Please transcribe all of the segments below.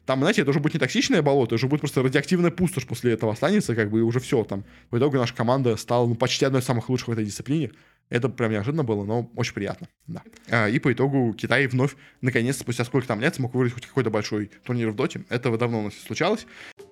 там, знаете, это уже будет не токсичное болото, это уже будет просто радиоактивная пустошь после этого останется, как бы, и уже все там. В итоге наша команда стала, ну, почти одной из самых лучших в этой дисциплине. Это прям неожиданно было, но очень приятно, да. И по итогу Китай вновь, наконец, спустя сколько там лет, смог выиграть хоть какой-то большой турнир в доте. Этого давно у нас не случалось.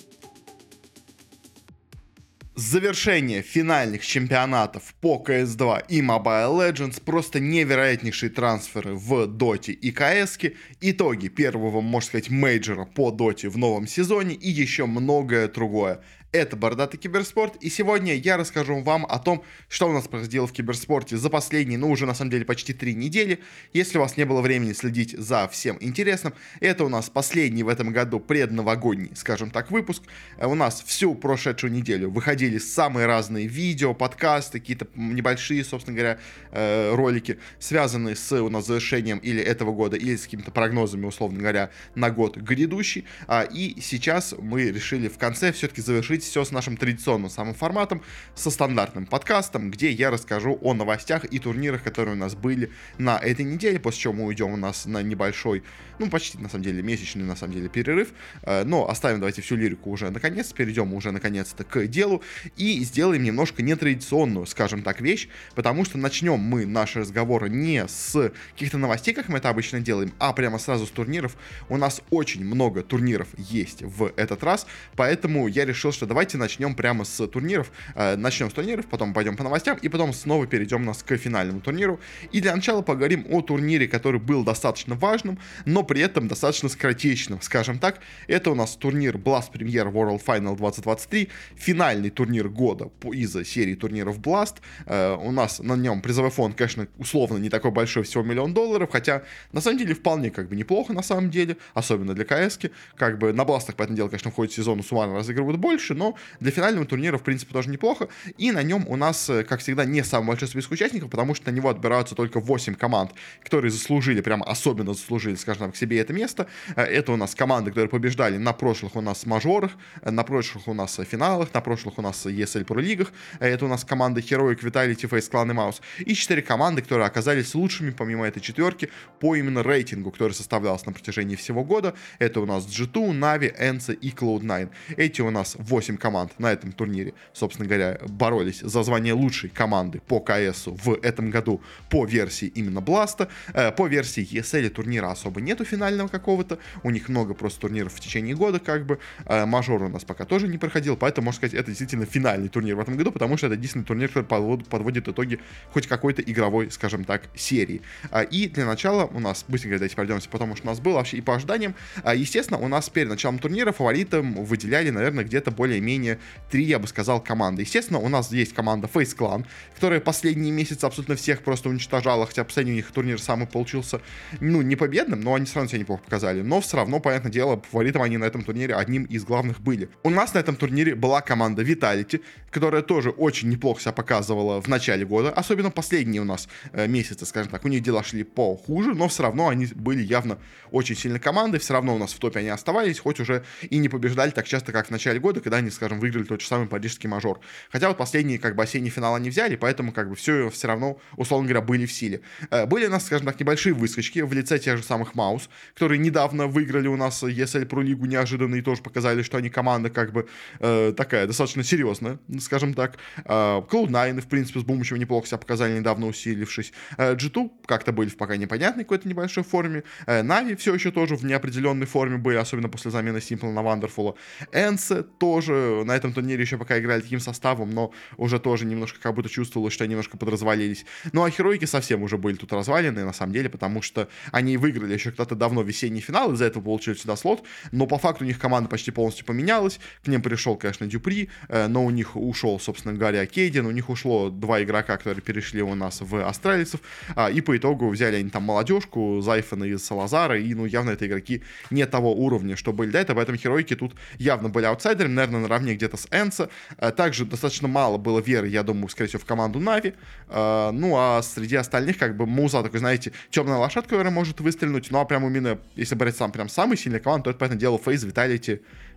Завершение финальных чемпионатов по CS2 и Mobile Legends, просто невероятнейшие трансферы в доте и CS-ке, итоги первого, можно сказать, мейджора по доте в новом сезоне и еще многое другое. Это Бородатый Киберспорт, и сегодня я расскажу вам о том, что у нас происходило в киберспорте за последние, ну уже на самом деле почти 3 недели. Если у вас не было времени следить за всем интересным, это у нас последний в этом году предновогодний, скажем так, выпуск. У нас всю прошедшую неделю выходили самые разные видео, подкасты, какие-то небольшие, собственно говоря, ролики, связанные с у нас завершением или этого года, или с какими-то прогнозами, условно говоря, на год грядущий. И сейчас мы решили в конце все-таки завершить все с нашим традиционным самым форматом, со стандартным подкастом, где я расскажу о новостях и турнирах, которые у нас были на этой неделе, после чего мы уйдем у нас на небольшой, ну почти на самом деле месячный на самом деле перерыв, но оставим давайте всю лирику уже наконец, перейдем уже наконец-то к делу и сделаем немножко нетрадиционную, скажем так, вещь, потому что начнем мы наш разговор не с каких-то новостей, как мы это обычно делаем, а прямо сразу с турниров. У нас очень много турниров есть в этот раз, поэтому я решил, что давайте начнем прямо с турниров. Начнем с турниров, потом пойдем по новостям, и потом снова перейдем нас к финальному турниру. И для начала поговорим о турнире, который был достаточно важным, но при этом достаточно скоротечным, скажем так. Это у нас турнир Blast Premier World Final 2023, финальный турнир года из серии турниров Blast. У нас на нем призовой фонд, конечно, условно не такой большой, всего $1 миллион, хотя на самом деле вполне как бы неплохо на самом деле, особенно для КС-ки. Как бы на Бластах, по этому делу, конечно, в ходе сезона суммарно разыгрывают больше, но для финального турнира, в принципе, тоже неплохо. И на нем у нас, как всегда, не самый большой список участников, потому что на него отбираются только 8 команд, которые заслужили, прям особенно заслужили, скажем так, к себе это место. Это у нас команды, которые побеждали на прошлых у нас мажорах, на прошлых у нас финалах, на прошлых у нас ESL Pro лигах. Это у нас команды Heroic, Vitality, FaZe Clan и Mouse. И 4 команды, которые оказались лучшими, помимо этой четверки, по именно рейтингу, который составлялся на протяжении всего года. Это у нас G2, Na'Vi, ENCE и Cloud9. Эти у нас 8 команд на этом турнире, собственно говоря, боролись за звание лучшей команды по КСу в этом году по версии именно Бласта. По версии ESL турнира особо нету финального какого-то, у них много просто турниров в течение года, как бы. Мажор у нас пока тоже не проходил, поэтому, можно сказать, это действительно финальный турнир в этом году, потому что это единственный турнир, который подводит итоги хоть какой-то игровой, скажем так, серии. И для начала у нас, быстренько давайте пройдемся, потому что у нас было вообще и по ожиданиям. Естественно, у нас перед началом турнира фаворитом выделяли, наверное, где-то более-менее 3, я бы сказал, команды. Естественно, у нас есть команда FaZe Clan, которая последние месяцы абсолютно всех просто уничтожала, хотя последний у них турнир самый получился, ну, не победным, но они все равно себя неплохо показали. Но все равно, понятное дело, фаворитом они на этом турнире одним из главных были. У нас на этом турнире была команда Vitality, которая тоже очень неплохо себя показывала в начале года, особенно последние у нас месяцы, скажем так. У них дела шли похуже, но все равно они были явно очень сильной командой, все равно у нас в топе они оставались, хоть уже и не побеждали так часто, как в начале года, когда они, скажем, выиграли тот же самый парижский мажор. Хотя вот последние, как бы, осенний финал они взяли, поэтому, как бы, все равно, условно говоря, были в силе. Были у нас, скажем так, небольшие выскочки в лице тех же самых Mouse, которые недавно выиграли у нас ESL Pro лигу неожиданно и тоже показали, что они команда, как бы, такая, достаточно серьезная, скажем так. Cloud9, в принципе, с Бумычем неплохо себя показали, недавно усилившись. G2 как-то были в пока непонятной какой-то небольшой форме. Na'Vi все еще тоже в неопределенной форме были, особенно после замены Simple на Wonderful. ENCE тоже на этом турнире еще пока играли таким составом, но уже тоже немножко как будто чувствовалось, что они немножко подразвалились. Ну а Heroic совсем уже были тут развалены, на самом деле, потому что они выиграли еще когда-то давно весенний финал, из-за этого получили сюда слот, но по факту у них команда почти полностью поменялась. К ним пришел, конечно, Дюпри, но у них ушел, собственно говоря, Кейден, у них ушло 2 игрока, которые перешли у нас в австралийцев, и по итогу взяли они там молодежку, Зайфена из Салазара, и, ну, явно это игроки не того уровня, что были до этого, поэтому Heroic тут явно были аутсайдерами, наверное, наравне где-то с ENCE. Также достаточно мало было веры, я думаю, скорее всего, в команду Na'Vi. Ну, а среди остальных, как бы, Муза такой, знаете, темная лошадка, которая может выстрелить, ну, а прям именно, если брать прям самый сильный команд, то это, понятное дело, FaZe, Vitality,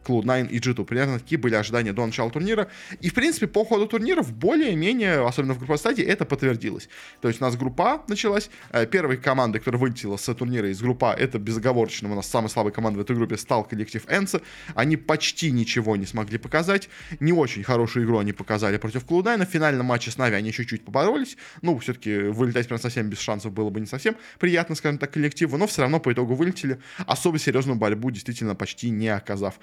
Cloud9 и G2. Примерно такие были ожидания до начала турнира. И, в принципе, по ходу турниров более-менее, особенно в групповой стадии, это подтвердилось. То есть у нас группа А началась. Первой командой, которая вылетела с турнира из группы А, это безоговорочно у нас самая слабая команда в этой группе стал коллектив Энса. Они почти ничего не смогли показать. Не очень хорошую игру они показали против Cloud9. В финальном матче с Нави они чуть-чуть поборолись. Ну, все-таки вылетать прям совсем без шансов было бы не совсем приятно, скажем так, коллективу. Но все равно по итогу вылетели. Особо серьезную борьбу действительно почти не оказав.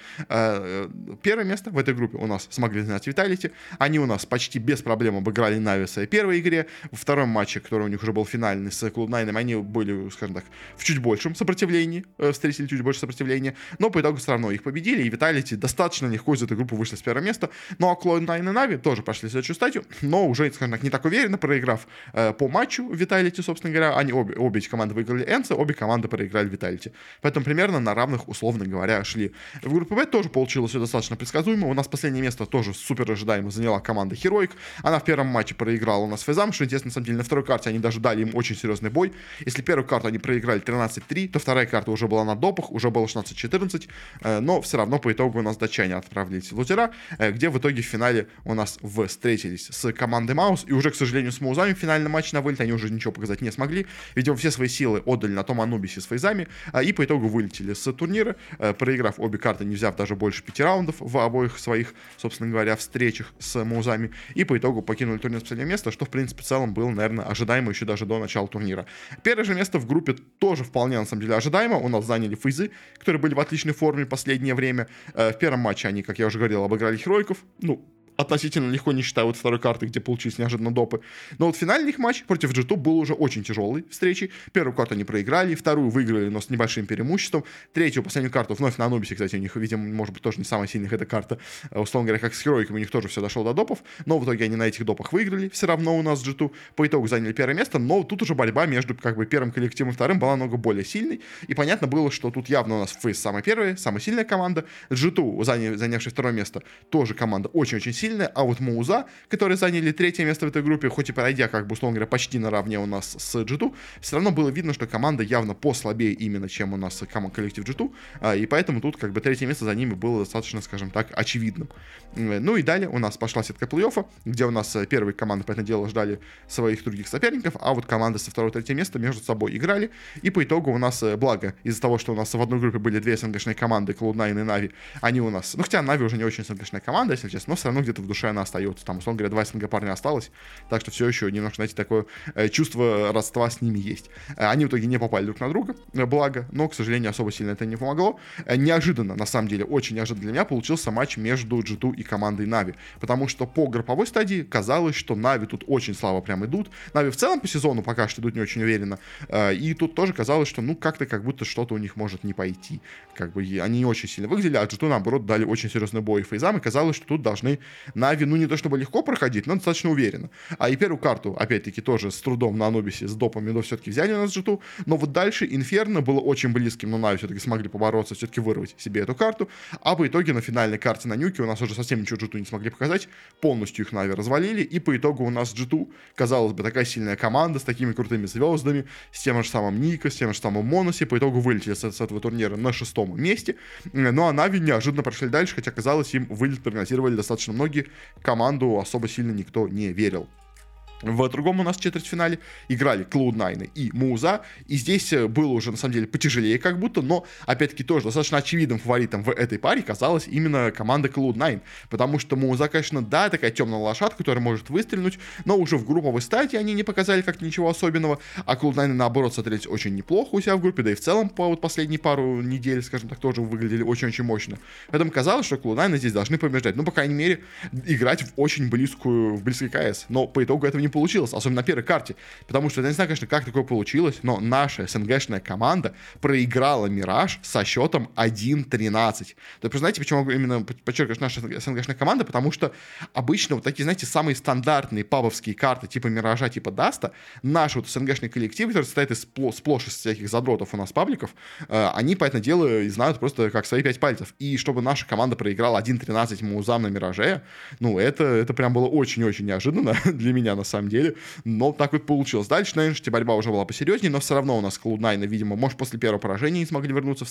Первое место в этой группе у нас смогли занять Vitality. Они у нас почти без проблем обыграли Нави в своей первой игре. Во втором матче, который у них уже был финальный с Cloud9, они были, скажем так, в чуть большем сопротивлении, встретили чуть больше сопротивления, но по итогу все равно их победили, и Vitality достаточно легко из этой группы вышли с первого места. Ну а Cloud9 и Navi тоже прошли следующую стадию, но уже, скажем так, не так уверенно, проиграв по матчу Vitality, собственно говоря. Они обе эти команды выиграли Энса, обе команды проиграли Vitality. Поэтому примерно на равных, условно говоря, шли. В группе Б тоже получилось все достаточно предсказуемо. У нас последнее место тоже супер ожидаемо заняла команда Heroic. Она в первом матче проиграла у нас Фейзам, что интересно, на самом деле, на второй карте они даже дали им очень серьезный бой. Если первую карту они проиграли 13-3, то вторая карта уже была на допах, уже было 16-14, но все равно по итогу у нас датчане отправились в лузера, где в итоге в финале у нас встретились с командой Маус, и уже, к сожалению, с Маузами в финальном матче на вылет они уже ничего показать не смогли. Видимо, все свои силы отдали на том Анубисе с Фейзами, и по итогу вылетели с турнира, проиграв обе карты, не взяв даже больше 5 раундов в обоих своих, собственно говоря, встречах с Маузами, и по итогу покинули турнир с последнего места, что, в принципе, в целом было, наверное, ожидаемо еще даже до начала турнира. Первое же место в группе тоже вполне, на самом деле, ожидаемо. У нас заняли Фейзы, которые были в отличной форме в последнее время. В первом матче они, как я уже говорил, обыграли Херойков. Ну, относительно легко, не считая вот второй карты, где получились неожиданно допы. Но вот финальный их матч против G2 был уже очень тяжелой встречей. Первую карту они проиграли, вторую выиграли, но с небольшим преимуществом. Третью, последнюю карту вновь на Анубисе, кстати, у них, видимо, может быть, тоже не самая сильная эта карта. Условно говоря, как с Херойками, у них тоже все дошло до допов. Но в итоге они на этих допах выиграли. Все равно у нас G2 по итогу заняли первое место. Но тут уже борьба между как бы первым коллективом и вторым была намного более сильной. И понятно было, что тут явно у нас Фейз самая первая, самая сильная команда. G2, занявшая второе место, тоже команда очень-очень сильная. А вот Муз, которые заняли третье место в этой группе, хоть и пройдя, как бы, условно говоря, почти наравне у нас с G2, все равно было видно, что команда явно послабее именно, чем у нас коллектив G2, и поэтому тут, как бы, третье место за ними было достаточно, скажем так, очевидным. Ну и далее у нас пошла сетка плей-оффа, где у нас первые команды, по этому делу, ждали своих других соперников, а вот команды со второго и третьего места между собой играли, и по итогу у нас, благо, из-за того, что у нас в одной группе были две СНГшные команды, Cloud9 и Navi, они у нас, ну, хотя Navi уже не очень СНГшная команда, если честно, но все равно где-то в душе она остается. Там, условно говоря, 2 СНГ парня осталось, так что все еще немножко, знаете, такое чувство родства с ними есть. Они в итоге не попали друг на друга, благо, но, к сожалению, особо сильно это не помогло. Неожиданно, на самом деле, очень неожиданно для меня получился матч между G2 и командой Navi, потому что по групповой стадии казалось, что Navi тут очень слабо прям идут. Navi в целом по сезону пока что идут не очень уверенно, и тут тоже казалось, что, ну, как-то как будто что-то у них может не пойти. Как бы они не очень сильно выглядели, а G2, наоборот, дали очень серьезный бой Фейзам, и казалось, что тут должны Navi, ну, не то чтобы легко проходить, но достаточно уверенно. А и первую карту, опять-таки, тоже с трудом на Анубисе, с допами, но все-таки взяли у нас G2. Но вот дальше Инферно было очень близким, но Нави все-таки смогли побороться, все-таки вырвать себе эту карту. А по итоге на финальной карте на Нюке у нас уже совсем ничего G2 не смогли показать. Полностью их Нави развалили. И по итогу у нас G2, казалось бы, такая сильная команда с такими крутыми звездами, с тем же самым Ника, с тем же самым Моноси. По итогу вылетели с этого турнира на 6-м месте. Ну а Нави неожиданно прошли дальше, хотя, казалось, им вылет прогнозировали достаточно многие. Команду особо сильно никто не верил. В другом у нас четвертьфинале играли Cloud9 и Муза, и здесь было уже, на самом деле, потяжелее как будто, но, опять-таки, тоже достаточно очевидным фаворитом в этой паре казалась именно команда Cloud9, потому что Муза, конечно, да, такая темная лошадка, которая может выстрелить, но уже в групповой стадии они не показали как ничего особенного, а Cloud9, наоборот, смотрелись очень неплохо у себя в группе, да и в целом по вот последние пару недель, скажем так, тоже выглядели очень-очень мощно. Поэтому казалось, что Cloud9 здесь должны побеждать, ну, по крайней мере, играть в очень близкий КС, но по итогу этого не получилось, особенно на первой карте, потому что я не знаю, конечно, как такое получилось, но наша СНГшная команда проиграла Мираж со счетом 1-13. То есть, знаете, почему я именно подчеркиваю, что наша СНГшная команда, потому что обычно вот такие, знаете, самые стандартные пабовские карты типа Миража, типа Даста, наш вот СНГшный коллектив, который состоит сплошь из всяких задротов у нас пабликов, они, по этому делу, знают просто как свои 5 пальцев. И чтобы наша команда проиграла 1-13 Маузам на Мираже, ну, это прям было очень-очень неожиданно для меня, на самом самом деле, но так вот получилось. Дальше, наверное, борьба уже была посерьезнее, но все равно у нас Cloud9, видимо, может, после первого поражения не смогли вернуться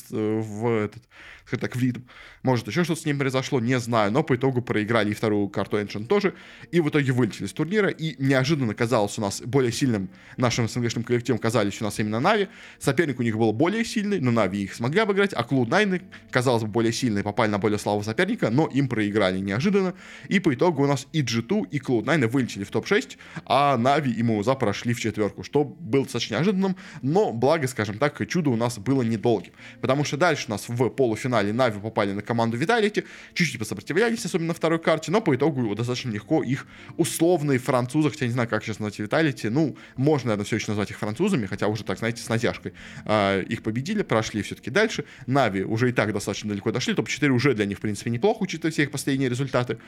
в ритм. Может, еще что-то с ним произошло, не знаю, но по итогу проиграли и вторую карту Ancient тоже, и в итоге вылетели с турнира, и неожиданно казалось у нас более сильным нашим СНГшным коллективом казались у нас именно Нави. Соперник у них был более сильный, но Нави их смогли обыграть, а Cloud9, казалось бы, более сильные, попали на более слабого соперника, но им проиграли неожиданно, и по итогу у нас и G2, и Cloud9 вылетели в топ-6, а Нави и Мауза прошли в четверку, что было достаточно неожиданным, но благо, скажем так, чудо у нас было недолгим, потому что дальше у нас в полуфинале Нави попали на команду Vitality, чуть-чуть посопротивлялись, особенно на второй карте, но по итогу достаточно легко их условные французы, хотя не знаю, как сейчас назвать Vitality, ну, можно, наверное, все еще назвать их французами, хотя уже так, знаете, с натяжкой, их победили, прошли все-таки дальше, Нави уже и так достаточно далеко дошли, топ-4 уже для них, в принципе, неплохо, учитывая все их последние результаты,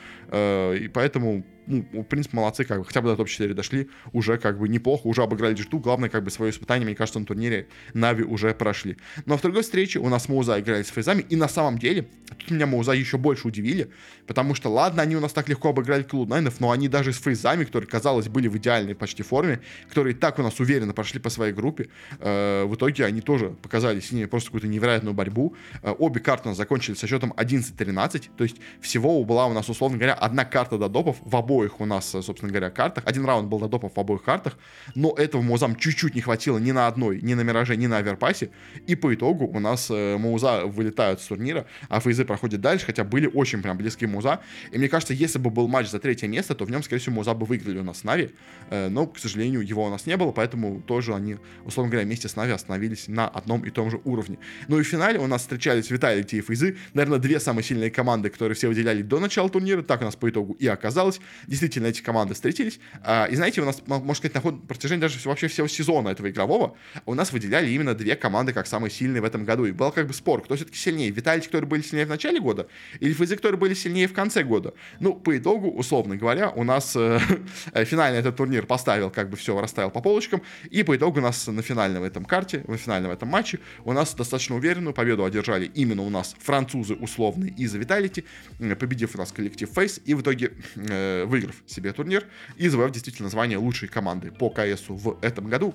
и поэтому, ну, в принципе, молодцы, как бы, хотя бы до топ-4 дошли, уже как бы неплохо, уже обыграли G2, главное, как бы, свое испытание, мне кажется, на турнире Нави уже прошли. Но в другой встрече у нас Мауза играли с фейзами, и на самом деле, тут меня Мауза еще больше удивили, потому что, ладно, они у нас так легко обыграли Cloud9, но они даже с фейзами, которые, казалось, были в идеальной почти форме, которые так у нас уверенно прошли по своей группе, в итоге они тоже показали с ними просто какую-то невероятную борьбу. Обе карты у нас закончились со счетом 11-13, то есть всего была у нас, условно говоря, одна карта до допов в обоих у нас, собственно говоря, картах. Один раунд был до допов в обоих картах, но этого Маузам чуть-чуть не хватило ни на одной, ни на Мираже, ни на Аверпасе, и по итогу у нас Мауза вылетают с турнира, а фейзы проходят дальше, хотя были очень прям близки Мауза, и мне кажется, если бы был матч за третье место, то в нем, скорее всего, Мауза бы выиграли у нас с Нави, но, к сожалению, его у нас не было, поэтому тоже они, условно говоря, вместе с Нави остановились на одном и том же уровне. Ну и в финале у нас встречались Vitality и фейзы, наверное, две самые сильные команды, которые все выделяли до начала турнира, так у нас по итогу и оказалось. Действительно, эти команды встретились, и знаете, у нас, можно сказать, на протяжении даже вообще всего сезона этого игрового у нас выделяли именно две команды как самые сильные в этом году, и был как бы спор, кто все-таки сильнее, Vitality, которые были сильнее в начале года, или фейзы, которые были сильнее в конце года. Ну, по итогу, условно говоря, у нас финальный этот турнир поставил, как бы все расставил по полочкам, и по итогу у нас на финальном этом карте, на финальном этом матче у нас достаточно уверенную победу одержали именно у нас французы условные из Vitality, победив у нас коллектив FaZe, и в итоге выиграв себе турнир и завоевав действительно звание лучшей команды по КСу в этом году.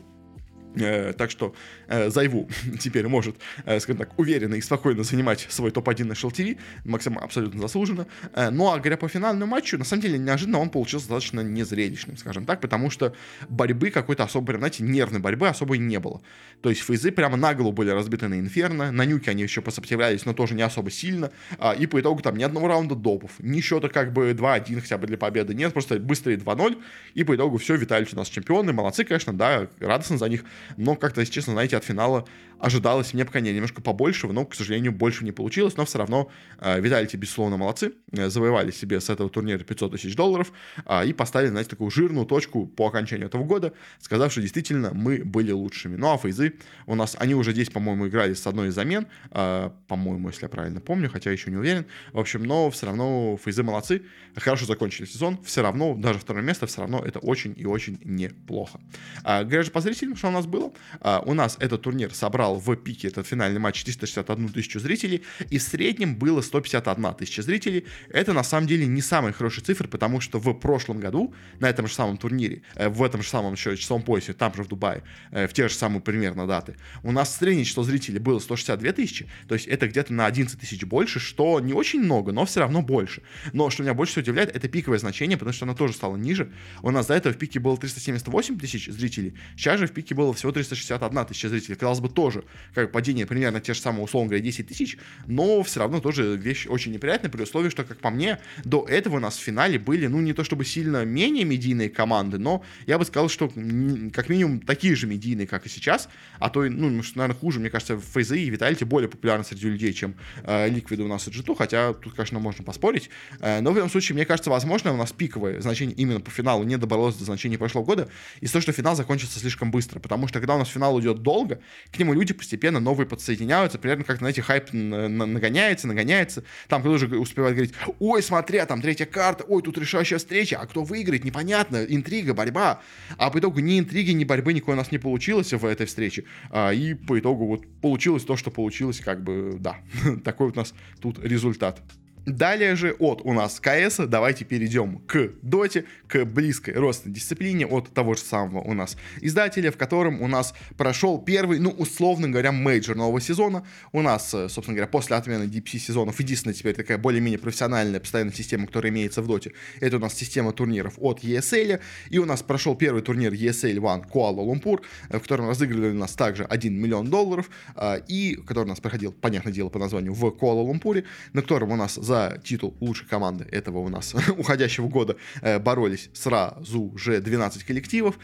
Так что Зайву теперь может, скажем так, уверенно и спокойно занимать свой топ-1 на ШЛТВ, максимально абсолютно заслуженно. Ну а говоря по финальному матчу, на самом деле неожиданно он получился достаточно незрелищным, скажем так, потому что борьбы какой-то особой, прям, знаете, нервной борьбы особой не было. То есть фейзы прямо на голову были разбиты на Инферно, на нюке они еще посопротивлялись, но тоже не особо сильно, и по итогу там ни одного раунда допов, ни счета как бы 2-1 хотя бы для победы нет, просто быстрые 2-0, и по итогу все, Vitality у нас чемпионы, молодцы, конечно, да, радостно за них. Но как-то, если честно, знаете, от финала ожидалось мне пока немножко побольшего, но, к сожалению, больше не получилось. Но все равно Vitality, безусловно, молодцы. Завоевали себе с этого турнира $500 тысяч и поставили, знаете, такую жирную точку по окончанию этого года, сказав, что действительно мы были лучшими. Ну, а фейзы у нас, они уже здесь, по-моему, играли с одной из замен, по-моему, если я правильно помню, хотя еще не уверен. В общем, но все равно фейзы молодцы, хорошо закончили сезон, все равно, даже второе место, все равно это очень и очень неплохо. Говоря же по зрителям, что у нас было, у нас этот турнир собрал в пике, этот финальный матч, 461 тысячу зрителей, и в среднем было 151 тысяча зрителей. Это на самом деле не самые хорошие цифры, потому что в прошлом году на этом же самом турнире, в этом же самом еще часовом поясе, там же в Дубае, в те же самые примерно даты, у нас среднее число зрителей было 162 тысячи, то есть это где-то на 11 тысяч больше, что не очень много, но все равно больше. Но что меня больше всего удивляет, это пиковое значение, потому что оно тоже стало ниже. У нас до этого в пике было 378 тысяч зрителей, сейчас же в пике было всего 361 тысяча зрителей. Казалось бы, тоже как падение примерно те же самые, условно говоря, 10 тысяч, но все равно тоже вещь очень неприятная, при условии, что, как по мне, до этого у нас в финале были, ну, не то чтобы сильно менее медийные команды, но я бы сказал, что как минимум такие же медийные, как и сейчас, а то, ну, наверное, хуже, мне кажется, фейзы и Vitality более популярны среди людей, чем Liquid у нас и G2, хотя тут, конечно, можно поспорить, но в этом случае, мне кажется, возможно, у нас пиковое значение именно по финалу не добралось до значения прошлого года, из-за того, что финал закончится слишком быстро, потому что когда у нас финал идет долго, к нему люди постепенно новые подсоединяются, примерно как, знаете, хайп нагоняется, там кто-то уже успевает говорить: ой, смотря, там третья карта, ой, тут решающая встреча, а кто выиграет, непонятно, интрига, борьба, а по итогу ни интриги, ни борьбы никакой у нас не получилось в этой встрече, и по итогу вот получилось то, что получилось, как бы, да, такой вот у нас тут результат. Далее же от у нас КС давайте перейдем к Доте, к близкой родственной дисциплине от того же самого у нас издателя, в котором у нас прошел первый, ну, условно говоря, мейджор нового сезона. У нас, собственно говоря, после отмены DPC сезонов единственная теперь такая более-менее профессиональная постоянная система, которая имеется в Доте, это у нас система турниров от ESL, и у нас прошел первый турнир ESL One Куала-Лумпур, в котором разыгрывали у нас также $1 миллион, и который у нас проходил, понятное дело, по названию в Куала-Лумпуре, на котором у нас за титул лучшей команды этого у нас уходящего года боролись сразу же 12 коллективов.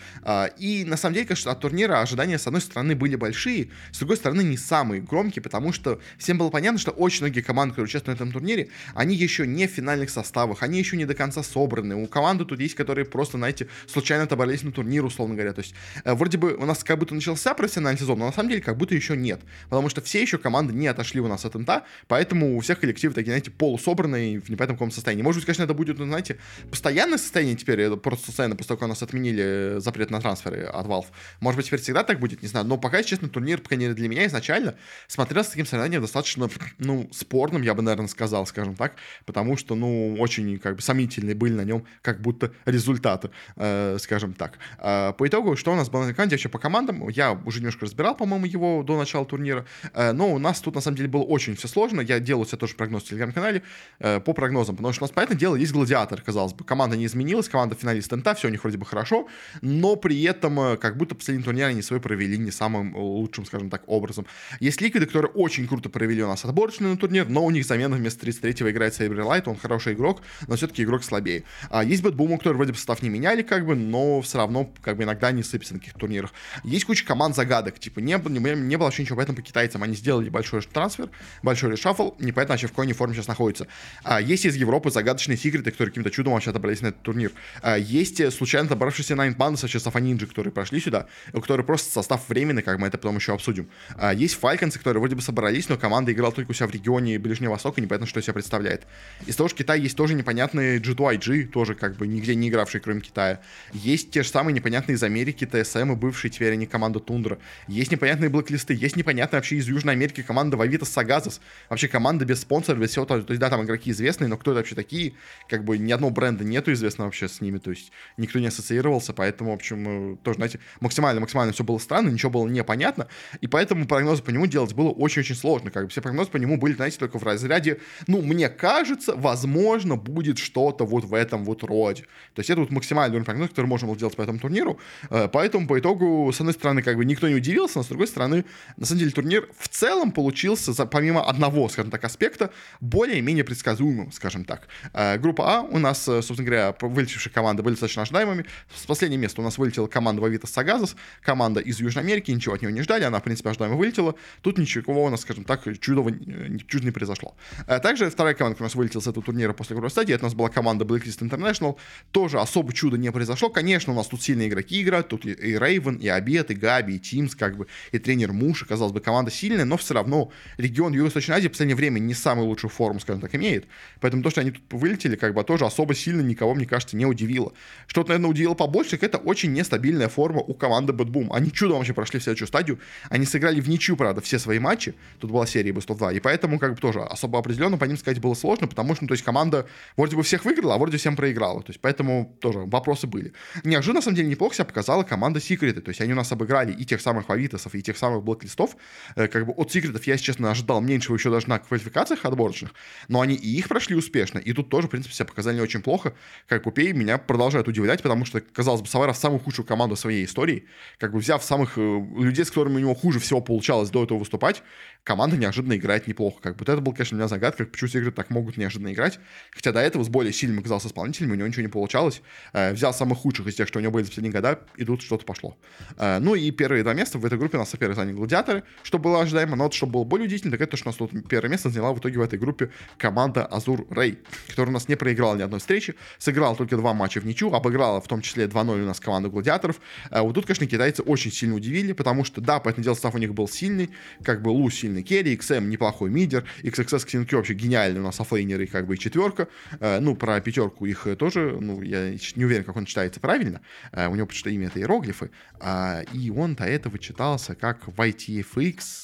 И на самом деле, конечно, от турнира ожидания, с одной стороны, были большие, с другой стороны, не самые громкие, потому что всем было понятно, что очень многие команды, которые участвуют на этом турнире, они еще не в финальных составах, они еще не до конца собраны. У команды тут есть, которые просто, знаете, случайно отобрались на турнир, условно говоря. То есть, вроде бы у нас как будто начался профессиональный сезон, но на самом деле как будто еще нет. Потому что все еще команды не отошли у нас от НТА, поэтому у всех коллективы такие, знаете, полусобранные в непонятном каком состоянии. Может быть, конечно, это будет, ну, знаете, постоянное состояние теперь, это просто состояние после того, как у нас отменили запрет на трансферы от Valve. Может быть, теперь всегда так будет, не знаю. Но пока, честно, турнир, по крайней мере, для меня изначально смотрелся таким соревнованием достаточно, ну, спорным, я бы, наверное, сказал, скажем так, потому что, ну, очень, как бы, сомнительные были на нем как будто результаты, скажем так. По итогу, что у нас было на команде, вообще по командам, я уже немножко разбирал, по-моему, его до начала турнира, но у нас тут, на самом деле, было очень все сложно. Я делал себе тоже прогноз в телеграм-канале по прогнозам, потому что у нас, понятное дело, есть гладиатор, казалось бы. Команда не изменилась, команда финалист НТА, все у них вроде бы хорошо, но при этом как будто последний турнир они свой провели не самым лучшим, скажем так, образом. Есть ликвиды, которые очень круто провели у нас отборочный на турнир, но у них замена вместо 33-го играет Saberlight, он хороший игрок, но все-таки игрок слабее. Есть Бэтбум, которые вроде бы состав не меняли, как бы, но все равно как бы иногда не сыпятся на каких-то турнирах. Есть куча команд загадок, типа не было вообще ничего поэтому по китайцам. Они сделали большой трансфер, большой решафл, непонятно вообще в какой они форме сейчас находятся. Есть из Европы загадочные секреты, которые каким-то чудом вообще отобрались на этот турнир. Есть случайно отобравшиеся Nine Pandas, вообще Сафа Ninja, которые прошли сюда, у которых просто состав временный, как мы это потом еще обсудим. Есть Falcons, которые вроде бы собрались, но команда играла только у себя в регионе Ближнего Востока, непонятно, что из себя представляет. Из того же Китая есть тоже непонятные G2IG, тоже как бы нигде не игравшие, кроме Китая. Есть те же самые непонятные из Америки ТСМ и бывшие теперь они команда Тундра. Есть непонятные блэклисты, есть непонятные вообще из Южной Америки команда Вавитас Сагазас. Вообще команда без спонсоров, без всего. То есть, да, там игроки известные, но кто это вообще такие? Как бы ни одного бренда нету известного вообще с ними, то есть никто не ассоциировался, поэтому, в общем, тоже, знаете, максимально все было странно, ничего было непонятно, и поэтому прогнозы по нему делать было очень-очень сложно. Как бы все прогнозы по нему были, знаете, только в разряде, ну, мне кажется, возможно, будет что-то вот в этом вот роде. То есть это вот максимальный уровень прогноз, который можно было делать по этому турниру, поэтому по итогу, с одной стороны, как бы никто не удивился, но с другой стороны, на самом деле турнир в целом получился, помимо одного, скажем так, аспекта, более-менее предсказуемым, скажем так. Группа А у нас, собственно говоря, вылетевшие команды были достаточно ожидаемыми. С последнего места у нас вылетела команда Вавитас Сагазас, команда из Южной Америки, ничего от нее не ждали, она, в принципе, ожидаемо вылетела. Тут ничего у нас, скажем так, чудо не произошло. Также вторая команда, которая у нас вылетела с этого турнира после групповой стадии, это у нас была команда Blacklist International. Тоже особо чудо не произошло. Конечно, у нас тут сильные игроки играют, тут и Рейвен, и Обед, и Габи, и Тимс, как бы, и тренер Муш, казалось бы, команда сильная, но все равно регион Юго-Восточной Азии в последнее время не самую лучшую форму, скажем так, имеет. Поэтому то, что они тут вылетели, как бы тоже особо сильно никого, мне кажется, не удивило. Что-то, наверное, удивило побольше, так это очень нестабильная форма у команды Bad Boom. Они чудом вообще прошли в следующую стадию. Они сыграли в ничью, правда, все свои матчи. Тут была серия Best of 2. И поэтому, как бы, тоже особо определенно по ним сказать было сложно, потому что, ну, то есть, команда вроде бы всех выиграла, а вроде всем проиграла. То есть, поэтому тоже вопросы были. Неожиданно, на самом деле, неплохо себя показала команда Секреты. То есть, они у нас обыграли и тех самых Вавитасов, и тех самых Блэклистов. Как бы от Секретов я, если честно, ожидал меньшего еще даже на квалификациях отборочных. Но они и их прошли успешно. И тут тоже, в принципе, себя показали не очень плохо. Как Пупей меня продолжает удивлять, потому что, казалось бы, Саваров самую худшую команду своей истории, как бы взяв самых людей, с которыми у него хуже всего получалось до этого выступать, команда неожиданно играет неплохо. Как бы вот это был, конечно, у меня загадка, почему все игры так могут неожиданно играть. Хотя до этого с более сильным оказался исполнителем, у него ничего не получалось. Взял самых худших из тех, что у него были за последние года, и тут что-то пошло. Ну и первые два места в этой группе у нас соперники заняли Гладиаторы, что было ожидаемо, но вот что было более удивительно, так это, что у нас тут первое место заняла в итоге в этой группе команда Azur Ray, которая у нас не проиграла ни одной встречи, сыграла только 2 матча в ничью, обыграла в том числе 2-0 у нас команду Гладиаторов. Вот тут, конечно, китайцы очень сильно удивили, потому что, да, поэтому дело, состав у них был сильный, как бы Лу сильный керри, XM неплохой мидер, XXS Ксенкю вообще гениальный у нас оффлейнеры, как бы и четверка. Ну, про пятерку их тоже, ну, я не уверен, как он читается правильно, у него почему-то имя это иероглифы, и он до этого читался как YTFX,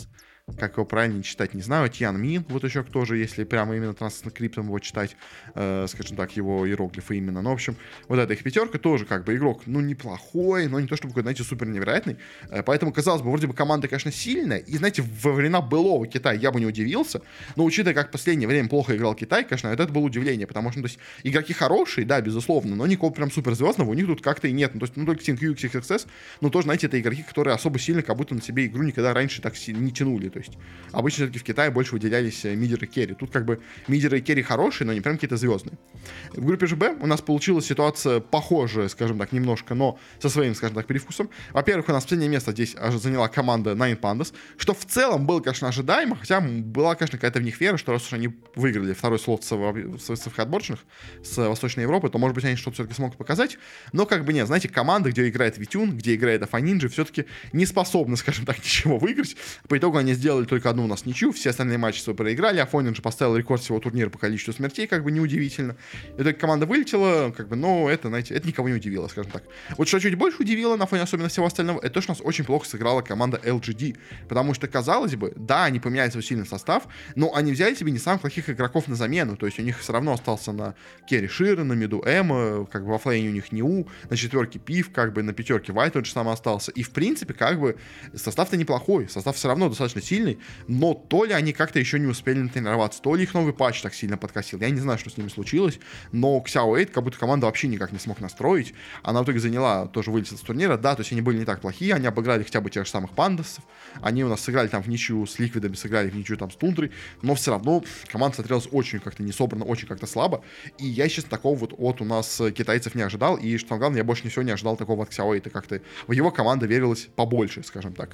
как его правильно читать, не знаю, Тьян Мин, вот еще кто же, если прямо именно транскриптом его читать, скажем так, его иероглифы именно. Ну, в общем, вот эта их пятерка тоже как бы игрок, ну, неплохой, но не то чтобы какой-то, знаете, супер невероятный. Поэтому, казалось бы, вроде бы команда, конечно, сильная, и, знаете, во времена былого Китая я бы не удивился, но учитывая, как в последнее время плохо играл Китай, конечно, это было удивление, потому что, ну, то есть, игроки хорошие, да, безусловно, но никакого прям суперзвездного у них тут как-то и нет. Ну, то есть, ну, только TeamQ и XXS, но тоже, знаете, это игроки, которые особо сильно как будто на себе игру никогда раньше так не тянули. То есть, обычно все-таки в Китае больше выделялись мидеры и керри. Тут как бы мидеры и керри хорошие, но не прям какие-то звездные. В группе же Б у нас получилась ситуация похожая, скажем так, немножко, но со своим, скажем так, привкусом. Во-первых, у нас последнее место здесь заняла команда Nine Pandas, что в целом было, конечно, ожидаемо, хотя была, конечно, какая-то в них вера, что раз уж они выиграли второй слот с отборочных с Восточной Европы, то, может быть, они что-то все-таки смогут показать. Но как бы нет, знаете, команда, где играет Витюн, где играет Афанинджи, все-таки не способны, скажем так, ничего выиграть. По итогу они сделали только одну у нас ничью, все остальные матчи свои проиграли, Афанинджи поставил рекорд всего турнира по количеству смертей, как бы неудивительно. И только команда вылетела, как бы, но это, знаете, это никого не удивило, скажем так. Вот что чуть больше удивило на фоне особенно всего остального, это то, что у нас очень плохо сыграла команда LGD, потому что, казалось бы, да, они поменяли свой сильный состав, но они взяли себе не самых плохих игроков на замену, то есть у них все равно остался на керри Шира, на миду Эм, как бы во флейне у них Ниу, на четверке Пив, как бы на пятерке Вайт тот же самый остался, и в принципе, как бы, состав-то неплохой, состав все равно достаточно сильный, но то ли они как-то еще не успели натренироваться, то ли их новый патч так сильно подкосил, я не знаю, что с ними случилось, но Xiao 8 как будто команда вообще никак не смог настроить, она в итоге заняла, тоже вылетела с турнира, да, то есть они были не так плохие, они обыграли хотя бы тех же самых пандасов, они у нас сыграли там в ничью с Ликвидами, сыграли в ничью там с Тундрой, но все равно команда смотрелась очень как-то не собрана, очень как-то слабо, и я, честно, такого вот от у нас китайцев не ожидал, и что главное, я больше всего не ожидал такого от Xiao 8, как-то в его команда верилась побольше, скажем так.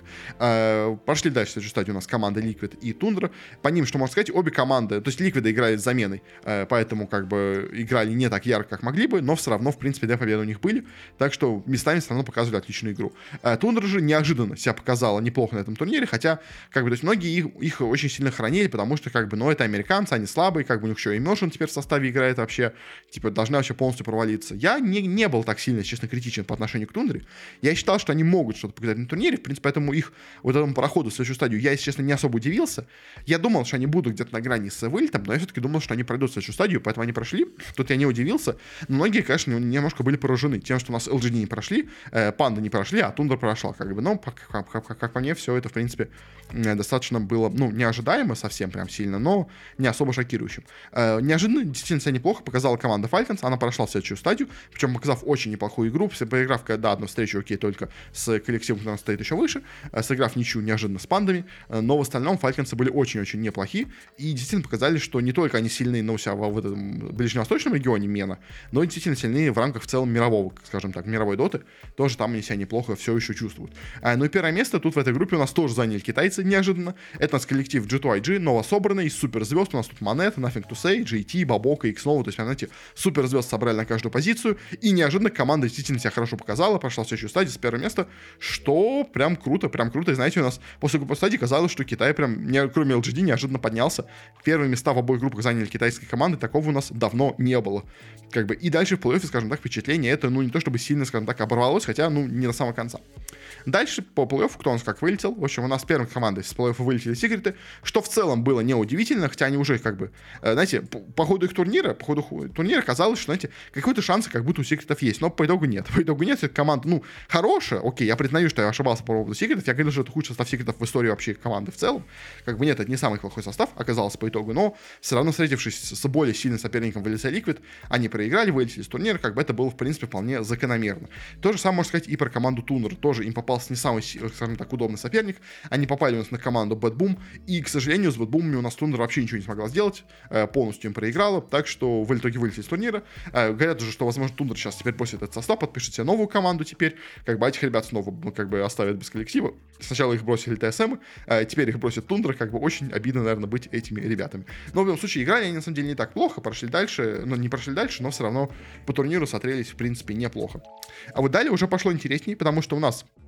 Пошли дальше, в следующей стадии у нас команда Liquid и Тундра, по ним, что можно сказать, обе команды, то есть Liquid играли с заменой, поэтому как бы играли не так ярко, как могли бы, но все равно, в принципе, две победы у них были, так что местами все равно показывали отличную игру. Тундра же неожиданно себя показала неплохо на этом турнире, хотя, как бы, то есть многие их очень сильно хранили, потому что, как бы, ну, это американцы, они слабые, как бы у них еще и Immersion теперь в составе играет вообще, типа, должны вообще полностью провалиться. Я не был так сильно, честно, критичен по отношению к Тундре. Я считал, что они могут что-то показать на турнире, в принципе, поэтому их вот этому проходу в следующую стадию я, если честно, не особо удивился. Я думал, что они будут где-то на грани с вылетом, но я все-таки думал, что они пройдут в следующую стадию, поэтому они прошли. Тут я не удивился, но многие, конечно, немножко были поражены тем, что у нас LGD не прошли, Панда не прошли, а Тундра прошла, как бы. Но, как по мне, все это, в принципе, достаточно было, ну, неожидаемо совсем прям сильно, но не особо шокирующим. Неожиданно, действительно, себя неплохо показала команда Falcons, она прошла в следующую стадию, причем показав очень неплохую игру, поиграв, да, одну встречу, окей, только с коллективом, который стоит еще выше, сыграв ничью неожиданно с пандами, но в остальном Falcons были очень-очень неплохи, и действительно показали, что не только они сильны, но у себя в этом ближневосточном регионе Мена, но и действительно сильны в рамках в целом мирового, скажем так, мировой доты, тоже там они себя неплохо все еще чувствуют. Ну и первое место тут в этой группе у нас тоже заняли китайцы неожиданно, это у нас коллектив G2IG, новособранный, из суперзвезд, у нас тут Монет, Nothing to Say, JT, Бабока, X-Nova, то есть, знаете, суперзвезд собрали на каждую позицию, и неожиданно команда действительно себя хорошо показала, прошла в следующую стадию с первого места, что прям круто, и знаете, у нас после группы стадии казалось, что Китай прям, кроме LGD, неожиданно поднялся, первые места в обоих группах заняли китайские команды, такого у нас давно не было, как бы, и дальше в плей-оффе, скажем так, впечатление это, ну, не то чтобы сильно, скажем так, оборвалось, хотя, ну, не до самого конца. Дальше по плей-оффу, кто у нас как вылетел, в общем, у нас первой командой с плей-оффа вылетели Секреты, что в целом было неудивительно, хотя они уже, как бы, знаете, по ходу турнира казалось, что, знаете, какой-то шанс как будто у Секретов есть, но по итогу нет, эта команда, ну, хорошая, окей, я признаю, что я ошибался по поводу Секретов, я говорил, что это худший состав Секретов в истории вообще команды в целом, как бы нет, это не самый плохой состав оказался по итогу, но все равно, встретившись с более сильным соперником в лице Liquid, они проиграли, вылетели с турнира, как бы это было, в принципе, вполне закономерно. То же самое можно сказать и про команду Тунер, тоже им попался не самый, скажем так, удобный соперник, они попали у нас на команду Bad Boom, и, к сожалению, с Bad Boom у нас Тунер вообще ничего не смогла сделать, полностью им проиграла, так что в итоге вылетели с турнира. Говорят уже, что, возможно, Тундра сейчас теперь бросит этот состав, подпишет себе новую команду теперь, как бы этих ребят снова, как бы, оставят без коллектива. Сначала их бросили ТСМ, теперь их бросит Тундра, как бы очень обидно, наверное, быть этими ребятами. Но в любом случае играли они, на самом деле, не так плохо, прошли дальше, ну, не прошли дальше, но все равно по турниру смотрелись, в принципе, неплохо. А вот далее уже пошло интереснее, потому что у нас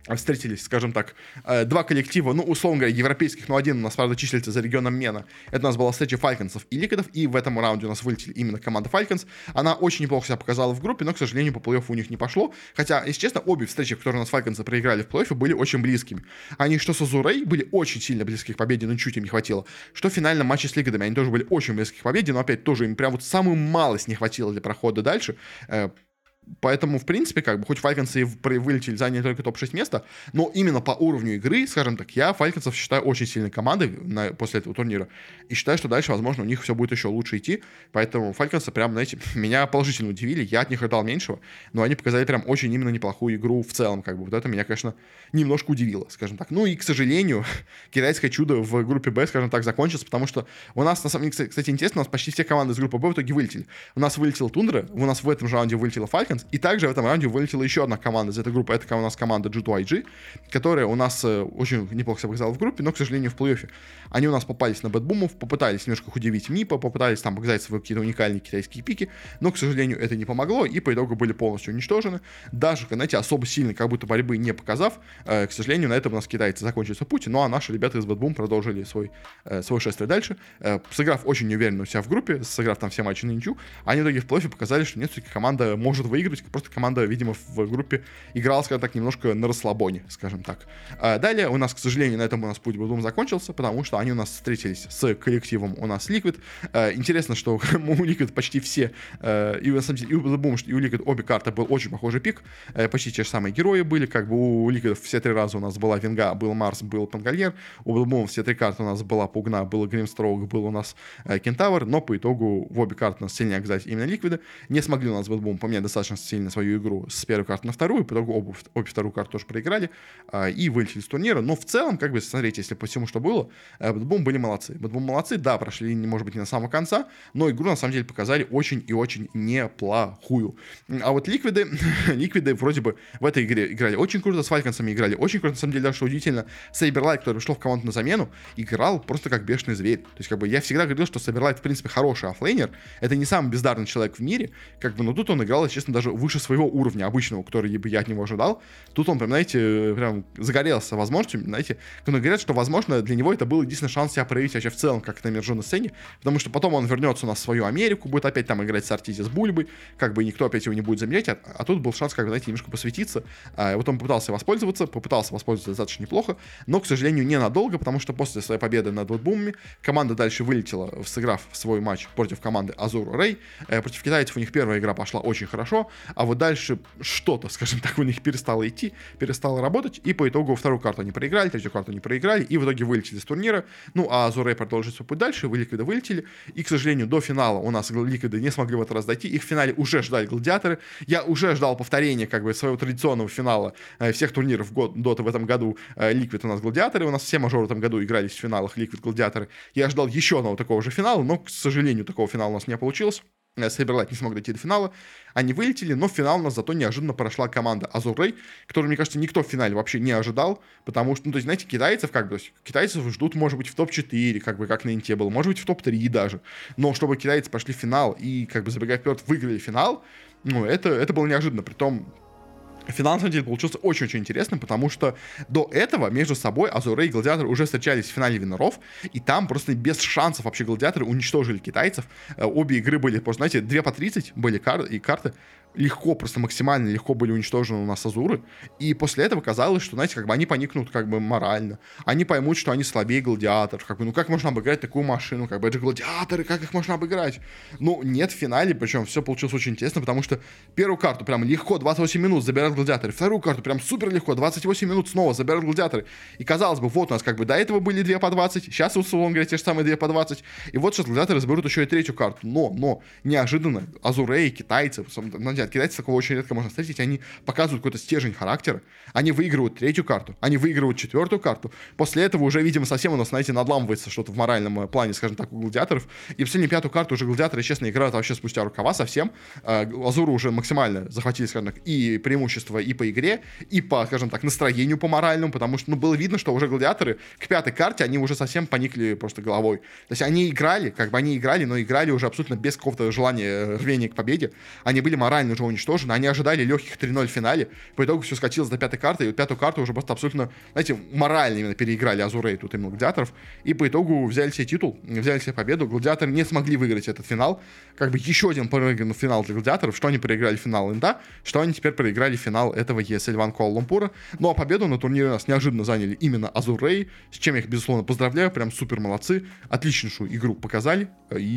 встретились, скажем так, два коллектива, ну, условно говоря, европейских, но один у нас, правда, числится за регионом Мена. Это у нас была встреча Фальконсов и Ликвидов, и в этом раунде у нас вылетели именно команда Falcons. Она очень неплохо себя показала в группе, но, к сожалению, по плей-оффу у них не пошло. Хотя, если честно, обе встречи, в которые у нас Falcons проиграли в плей-оффе, были очень близкими. Они что с Азурей были очень сильно близки к победе, но чуть им не хватило. Что в финальном матче с Ликвидами, они тоже были очень близки к победе, но опять тоже им прям вот самую малость не хватило для прохода дальше. Поэтому, в принципе, как бы, хоть Falcons и вылетели, заняли только топ-6 места, но именно по уровню игры, скажем так, я Falcons'ов считаю очень сильной командой после этого турнира. И считаю, что дальше, возможно, у них все будет еще лучше идти. Поэтому Falcons прям, знаете, меня положительно удивили. Я от них ожидал меньшего, но они показали прям очень именно неплохую игру в целом. Как бы вот это меня, конечно, немножко удивило, скажем так. Ну и, к сожалению, китайское чудо в группе Б, скажем так, закончилось, потому что у нас, на самом деле, кстати, интересно, у нас почти все команды из группы Б в итоге вылетели. У нас вылетела Тундра, у нас в этом же раунде вылетела Falcons, и также в этом раунде вылетела еще одна команда из этой группы. Это у нас команда G2IG, которая у нас очень неплохо себя показала в группе, но, к сожалению, в плей-оффе. Они у нас попались на бэтбумов, попытались немножко их удивить МИПа, попытались там показать свои какие-то уникальные китайские пики, но, к сожалению, это не помогло, и по итогу были полностью уничтожены. Даже, знаете, особо сильно как будто борьбы не показав, к сожалению, на этом у нас китайцы закончили свой путь, ну а наши ребята из бэтбум продолжили свое шествие дальше, сыграв очень неуверенно у себя в группе, сыграв там все матчи на ничью, они в итоге в плей-оффе показали, что нет, все-таки команда может выиграть, просто команда, видимо, в группе играла, скажем так, немножко на расслабоне, скажем так. Далее у нас, к сожалению, на этом у нас путь бэтбум закончился, потому что они у нас встретились с коллективом у нас Liquid. Интересно, что у Liquid почти все, и на самом деле и у бэтбум, и у Liquid обе карты был очень похожий пик, почти те же самые герои были, как бы у Liquid все три раза у нас была Венга, был Марс, был Пангольер, у бэтбум все три карты у нас была Пугна, был Гримстроук, был у нас Кентавр, но по итогу в обе карты у нас сильнее оказались именно Liquid. Не смогли у нас бэтбум поменять достаточно сильно свою игру с первой карты на вторую, по итогу обе вторую карту тоже проиграли и вылетели с турнира, но в целом, как бы, смотрите, если по всему, что было, бэтбум были молодцы. Бэтбум молодцы, да, прошли, может быть, не на самого конца, но игру, на самом деле, показали очень и очень неплохую. А вот Ликвиды вроде бы в этой игре играли очень круто, с Фальконсами играли очень круто, на самом деле, даже что удивительно, Saberlight, который пришел в команду на замену, играл просто как бешеный зверь. То есть, как бы, я всегда говорил, что Saberlight, в принципе, хороший оффлейнер, это не самый бездарный человек в мире, как бы, но тут он играл, если честно, даже выше своего уровня обычного, который бы я от него ожидал. Тут он, прям, знаете, прям загорелся возможностью, знаете, когда говорят, что, возможно, для него это был единственный шанс себя проявить вообще в целом, как на мержонной сцене, потому что потом он вернется у нас в свою Америку, будет опять там играть с Артизи, с Бульбой, как бы никто опять его не будет замечать, а тут был шанс, как бы, знаете, немножко посвятиться. Вот он попытался воспользоваться достаточно неплохо, но, к сожалению, ненадолго, потому что после своей победы над бэтбумами команда дальше вылетела, сыграв свой матч против команды Azure Ray. Против китайцев у них первая игра пошла очень хорошо, а вот дальше что-то, скажем так, у них перестало идти, перестало работать, и по итогу вторую карту они проиграли, третью карту не проиграли, и в итоге вылетели с турнира. Ну, а Azure Ray продолжит свой путь дальше, Ликвиды вылетели, и, к сожалению, до финала у нас Ликвиды не смогли в этот раз дойти, их в финале уже ждали гладиаторы, я уже ждал повторения, как бы, своего традиционного финала всех турниров Доты в этом году. Ликвид у нас гладиаторы, у нас все мажоры в этом году игрались в финалах Ликвид гладиаторы. Я ждал еще одного такого же финала, но, к сожалению, такого финала у нас не получилось. Saberlight не смог дойти до финала, они вылетели, но в финал у нас зато неожиданно прошла команда Azure Ray, которую, мне кажется, никто в финале вообще не ожидал, потому что, ну, то есть, знаете, китайцев, как бы, китайцев ждут, может быть, в топ-4, как бы, как на Инте было, может быть, в топ-3 даже, но чтобы китайцы пошли в финал и, как бы, забегая вперед, выиграли финал, ну, это было неожиданно, притом финал, на самом деле, получился очень-очень интересным, потому что до этого между собой Azure Ray и Гладиаторы уже встречались в финале Виноров, и там просто без шансов вообще Гладиаторы уничтожили китайцев. Обе игры были, просто, знаете, 2 по 30 были карты, легко, просто максимально легко были уничтожены у нас Азуры, и после этого казалось, что, знаете, как бы они поникнут как бы морально, они поймут, что они слабее Гладиаторов, как бы, ну как можно обыграть такую машину, как бы, это же Гладиаторы, как их можно обыграть? Ну, нет, в финале, причем все получилось очень интересно, потому что первую карту прям легко, 28 минут забирают Гладиаторы, вторую карту прям супер легко, 28 минут снова забирают Гладиаторы, и казалось бы, вот у нас как бы до этого были 2 по 20, сейчас, условно говоря, те же самые 2 по 20, и вот сейчас Гладиаторы заберут еще и третью карту, но неожиданно Azure Ray, китайцы, от китайцев такого очень редко можно встретить, они показывают какой-то стержень характера, они выигрывают третью карту, они выигрывают четвертую карту, после этого уже, видимо, совсем у нас, знаете, надламывается что-то в моральном плане, скажем так, у Гладиаторов, и в последнюю пятую карту уже Гладиаторы, честно, играют вообще спустя рукава совсем, Азуры уже максимально захватили, скажем так, и преимущество качества и по игре, и по, скажем так, настроению по моральному, потому что, ну, было видно, что уже гладиаторы к пятой карте, они уже совсем поникли просто головой. То есть они играли, но играли уже абсолютно без какого-то желания, рвения к победе. Они были морально уже уничтожены, они ожидали легких 3-0 в финале, по итогу все скатилось до пятой карты, и вот пятую карту уже просто абсолютно, знаете, морально именно переиграли Азурей, тут именно гладиаторов, и по итогу взяли себе титул, взяли себе победу. Гладиаторы не смогли выиграть этот финал, как бы еще один проигранный финал для гладиаторов, что они проиграли финал Инда, что они теперь проиграли финал этого ESL One Куала-Лумпура. Ну а победу на турнире у нас неожиданно заняли именно Азурей, с чем я их, безусловно, поздравляю, прям супер молодцы, отличнейшую игру показали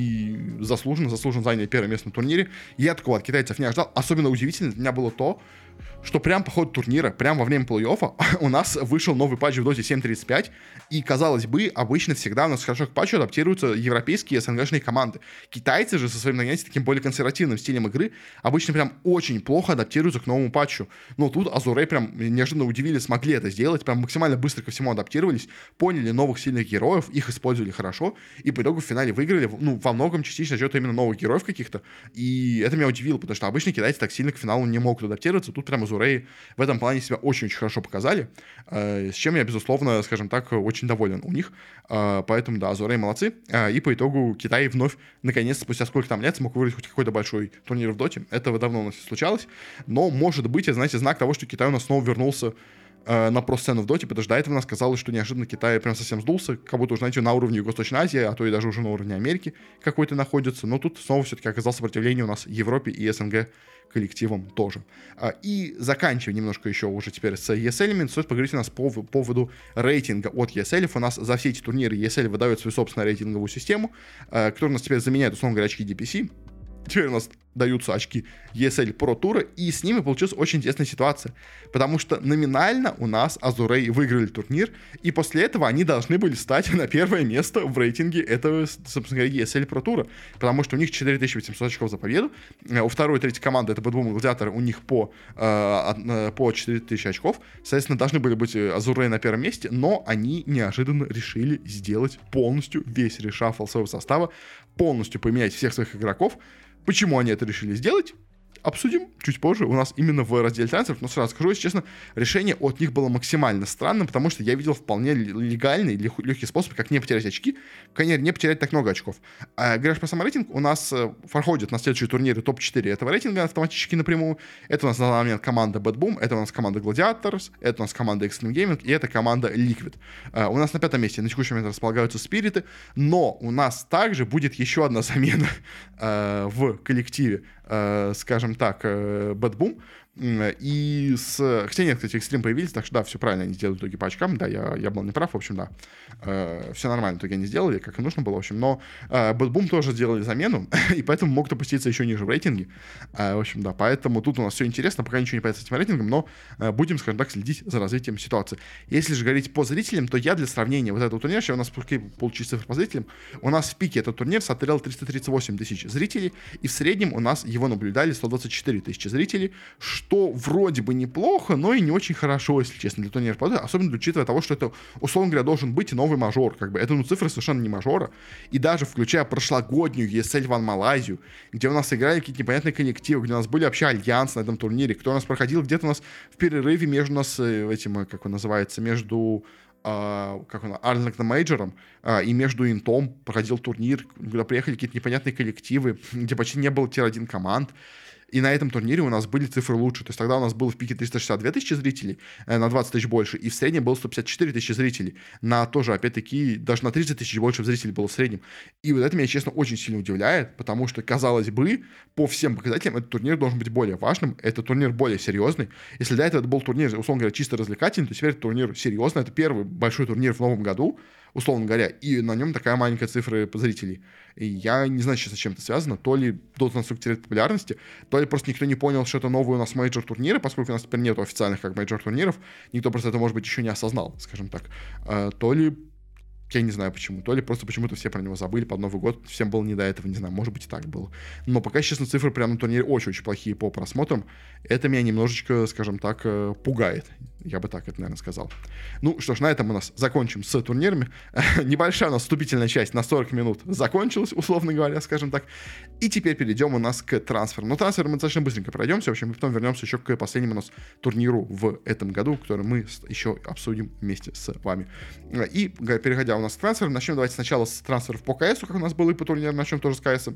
и заслуженно заняли первое место на турнире. Я такого от китайцев не ожидал. Особенно удивительно для меня было то, что прям по ходу турнира, прям во время плей-оффа у нас вышел новый патч в Dota 7.35, и, казалось бы, обычно всегда у нас хорошо к патчу адаптируются европейские СНГшные команды. Китайцы же со своим, знаете, таким более консервативным стилем игры обычно прям очень плохо адаптируются к новому патчу. Но тут Азурей прям неожиданно удивили, смогли это сделать, прям максимально быстро ко всему адаптировались, поняли новых сильных героев, их использовали хорошо, и по итогу в финале выиграли, ну, во многом частично за счет именно новых героев каких-то, и это меня удивило, потому что обычно китайцы так сильно к финалу не могут адаптироваться, тут прям Азурей в этом плане себя очень-очень хорошо показали, с чем я, безусловно, скажем так, очень доволен у них. Поэтому, да, Азурей молодцы. И по итогу Китай вновь, наконец, спустя сколько там лет, смог выиграть хоть какой-то большой турнир в Доте. Этого давно у нас не случалось. Но, может быть, это, знаете, знак того, что Китай у нас снова вернулся на про-сцену в Доте, потому что до этого у нас казалось, что неожиданно Китай прям совсем сдулся, как будто, знаете, на уровне Юго-Восточной Азии, а то и даже уже на уровне Америки какой-то находится. Но тут снова все-таки оказалось сопротивление у нас Европе и СНГ коллективом тоже. И заканчивая немножко еще уже теперь с ESL, стоит поговорить у нас по поводу рейтинга от ESL. У нас за все эти турниры ESL выдает свою собственную рейтинговую систему, которая у нас теперь заменяет, условно говоря, очки DPC. Теперь у нас даются очки ESL Pro Tour, и с ними получилась очень интересная ситуация, потому что номинально у нас Азурей выиграли турнир, и после этого они должны были стать на первое место в рейтинге этого, собственно говоря, ESL Pro Tour, потому что у них 4800 очков за победу, у второй и третьей команды, это Bad Boom и Гладиаторы, у них по 4000 очков, соответственно, должны были быть Азурей на первом месте, но они неожиданно решили сделать полностью весь решафл своего состава, полностью поменять всех своих игроков. Почему они это решили сделать? Обсудим чуть позже, у нас именно в разделе трансферов, но сразу скажу, если честно, решение от них было максимально странным, потому что я видел вполне легальный, легкий способ, как не потерять очки, конечно, не потерять так много очков. Говоришь про сам рейтинг, у нас проходят на следующие турниры топ-4 этого рейтинга автоматически напрямую. Это у нас на данный момент команда Bad Boom, это у нас команда Gladiators, это у нас команда Extreme Gaming и это команда Liquid. У нас на пятом месте на текущий момент располагаются Спириты, но у нас также будет еще одна замена в коллективе, скажем так, Bad Boom. И хотя нет, кстати, Extreme появились, так что да, все правильно они сделали в итоге по очкам, да, я был неправ, в общем, да, все нормально в итоге они сделали, как и нужно было, в общем, но Bad Boom тоже сделали замену, и поэтому могут опуститься еще ниже в рейтинге, в общем, да, поэтому тут у нас все интересно, пока ничего не понятно с этим рейтингом, но будем, скажем так, следить за развитием ситуации. Если же говорить по зрителям, то я для сравнения вот этого турнира, сейчас у нас получились цифры по зрителям, у нас в пике этот турнир смотрел 338 тысяч зрителей, и в среднем у нас его наблюдали 124 тысячи зрителей, что вроде бы неплохо, но и не очень хорошо, если честно, для турнира. Особенно учитывая того, что это, условно говоря, должен быть новый мажор. Как бы. Это цифры совершенно не мажора. И даже включая прошлогоднюю ESL One Малайзию, где у нас играли какие-то непонятные коллективы, где у нас были вообще альянсы на этом турнире, кто у нас проходил где-то у нас в перерыве между нас этим, как он называется, между Arlington Мейджором и между Интом проходил турнир, куда приехали какие-то непонятные коллективы, где почти не было тир-1 команд. И на этом турнире у нас были цифры лучше. То есть тогда у нас было в пике 362 тысячи зрителей, на 20 тысяч больше, и в среднем было 154 тысячи зрителей. На тоже, опять-таки, даже на 30 тысяч больше зрителей было в среднем. И вот это меня, честно, очень сильно удивляет, потому что, казалось бы, по всем показателям этот турнир должен быть более важным, этот турнир более серьезный. Если до этого это был турнир, условно говоря, чисто развлекательный, то теперь этот турнир серьезный. Это первый большой турнир в новом году, условно говоря, и на нем такая маленькая цифра зрителей. И я не знаю, с чем это связано. То ли Dota настолько теряет популярности, то ли просто никто не понял, что это новые у нас мейджор-турниры, поскольку у нас теперь нет официальных как мейджор-турниров, никто просто это, может быть, еще не осознал, скажем так. То ли Я не знаю почему. То ли просто почему-то все про него забыли под Новый год. Всем было не до этого, не знаю. Может быть, и так было. Но пока, честно, цифры прямо на турнире очень-очень плохие по просмотрам. Это меня немножечко, скажем так, пугает. Я бы так это, наверное, сказал. Ну что ж, на этом у нас закончим с турнирами. Небольшая у нас вступительная часть на 40 минут закончилась, условно говоря, скажем так. И теперь перейдем у нас к трансферам. Но трансферы мы достаточно быстренько пройдемся. В общем, и потом вернемся еще к последнему у нас турниру в этом году, который мы еще обсудим вместе с вами. И переходя у нас к трансферам, начнем давайте сначала с трансферов по КСу, как у нас было и по турниру, начнем тоже с КСа.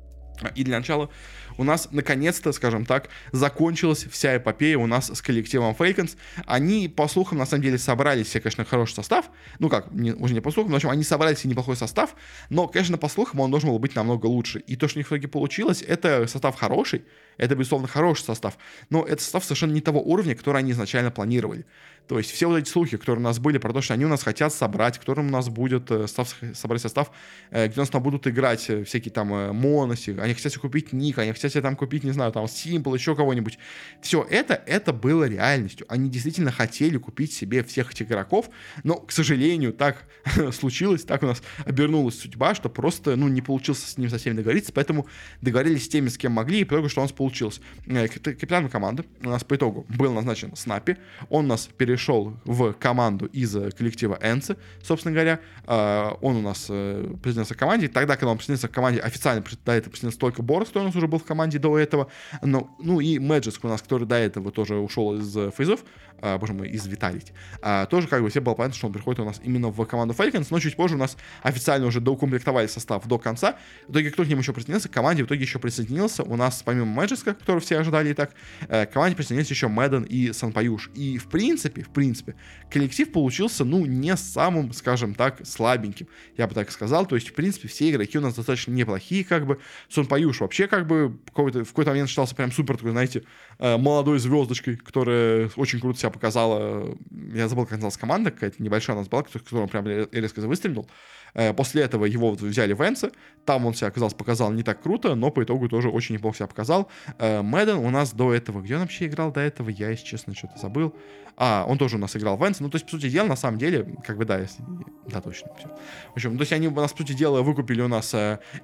И для начала у нас, наконец-то, скажем так, закончилась вся эпопея у нас с коллективом Falcons. Они, по слухам, на самом деле, собрали себе, конечно, хороший состав. Ну как, уже не по слухам, но, в общем, они собрали себе неплохой состав. Но, конечно, по слухам он должен был быть намного лучше. И то, что у них в итоге получилось, это состав хороший. Это, безусловно, хороший состав. Но это состав совершенно не того уровня, который они изначально планировали. То есть все вот эти слухи, которые у нас были про то, что они у нас хотят собрать, которым у нас будет собрать состав, где у нас там будут играть всякие там моноси, они хотят себе купить Ник, они хотят себе там купить, не знаю, там Simple, еще кого-нибудь. Все это было реальностью. Они действительно хотели купить себе всех этих игроков, но, к сожалению, так случилось, так у нас обернулась судьба, что просто, не получилось с ним со всеми договориться, поэтому договорились с теми, с кем могли, и по итогу, что у нас получилось. Капитаном команды у нас по итогу был назначен Снапи, он у нас перешел в команду из коллектива Энцы, собственно говоря. Он у нас присоединился к команде. Тогда, когда он присоединился к команде, официально до этого присоединился только Борс, который у нас уже был в команде до этого. Ну и Мэджиск у нас, который до этого тоже ушел из фейзов, из Vitality. Тоже как бы все было понятно, что он приходит у нас именно в команду Falcons, но чуть позже у нас официально уже доукомплектовали состав до конца. В итоге кто к ним еще присоединился? К команде в итоге еще присоединился у нас, помимо Мэджиска, которого все ожидали и так, к команде присоединились еще Мэдден и Санпаюш. И в принципе, коллектив получился, не самым, скажем так, слабеньким, я бы так сказал. То есть, в принципе, все игроки у нас достаточно неплохие, как бы. Санпаюш вообще, как бы, в какой-то момент считался прям супер такой, знаете, молодой звездочкой, которая очень круто себя показала. Я забыл, как называлась команда, какая-то небольшая у нас была, которую он прям резко выстрелил. После этого его взяли в Энце, там он себя, оказалось, показал не так круто, но по итогу тоже очень неплохо себя показал. Мэдден у нас до этого, где он вообще играл до этого, я, если честно, что-то забыл. Он тоже у нас играл в Энце, то есть, по сути дела, на самом деле, как бы, да, если... Да, точно, все. В общем, то есть они у нас, по сути дела, выкупили у нас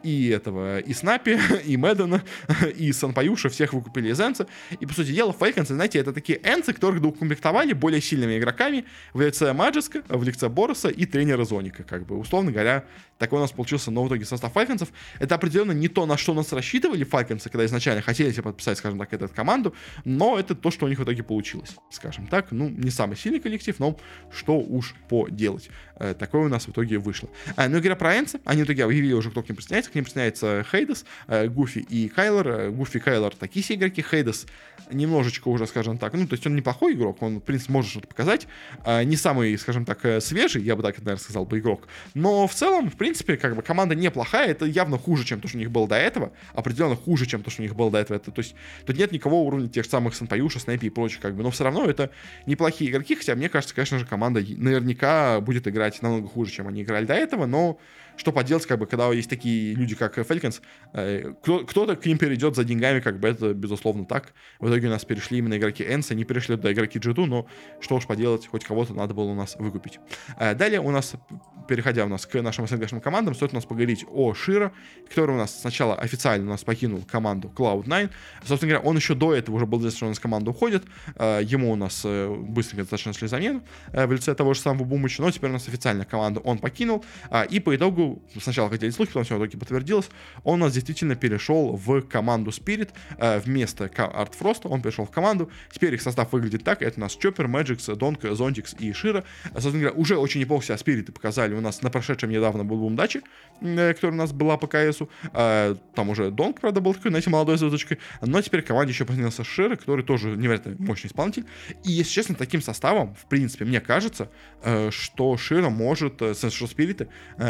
и Снапи, и Мэддена, и Санпаюша, всех выкупили из Энца, и, по сути дела, Falcons, знаете, это такие Энцы, которых доукомплектовали более сильными игроками в лице Мэджиска, в лице Бороса и тренера Зоника, как бы, условно говоря, такой у нас получился, но в итоге состав Falcons'ов. Это определенно не то, на что нас рассчитывали Falcons'ы, когда изначально хотели себе подписать, скажем так, эту команду, но это то, что у них в итоге получилось, скажем так. Не самый сильный коллектив, но что уж поделать. Такое у нас в итоге вышло. Говоря про Энцы, они в итоге объявили уже, кто к ним присоединяется. К ним присоединяется Хейдес, Гуфи и Кайлор. Гуфи и Кайлор такие себе игроки. Хейдес немножечко уже, скажем так, то есть он неплохой игрок, он, в принципе, может что-то показать. Не самый, скажем так, свежий, я бы так, наверное, сказал бы, игрок. Но в целом, в принципе, как бы команда неплохая. Это явно хуже, чем то, что у них было до этого. Определенно хуже, чем то, что у них было до этого. То есть тут нет никакого уровня тех самых Санпаюша, Снэпи и прочих, как бы. Но все равно это неплохие игроки, хотя мне кажется, конечно же, команда наверняка будет играть намного хуже, чем они играли до этого, но что поделать, как бы, когда есть такие люди, как Falcons, кто-то к ним перейдет за деньгами, как бы, это, безусловно, так. В итоге у нас перешли именно игроки Энса, не перешли туда игроки G2, но что уж поделать, хоть кого-то надо было у нас выкупить. Далее у нас, переходя у нас к нашим СНГшным командам, стоит у нас поговорить о Широ, который у нас сначала официально у нас покинул команду Cloud9. Собственно говоря, он еще до этого уже был известен, что он из команды уходит. Ему у нас быстренько достаточно нашли замену в лице того же самого Бумыча, но теперь у нас официально команду он покинул. И по итогу сначала хотели слухи, потом все в итоге подтвердилось. Он у нас действительно перешел в команду Spirit вместо Art Frost. Он перешел в команду. Теперь их состав выглядит так. Это у нас Chopper, Magix, Донг, Зонтикс и Широ. Собственно говоря, уже очень неплохо себя Спириты показали у нас на прошедшем недавно Бумдаче, которая у нас была по КСу. Там уже Донг, правда, был такой, знаете, молодой звездочкой. Но теперь в команде еще появился Широ, который тоже невероятно мощный исполнитель. И, если честно, таким составом, в принципе, мне кажется, что Широ может, что Спириты могут стать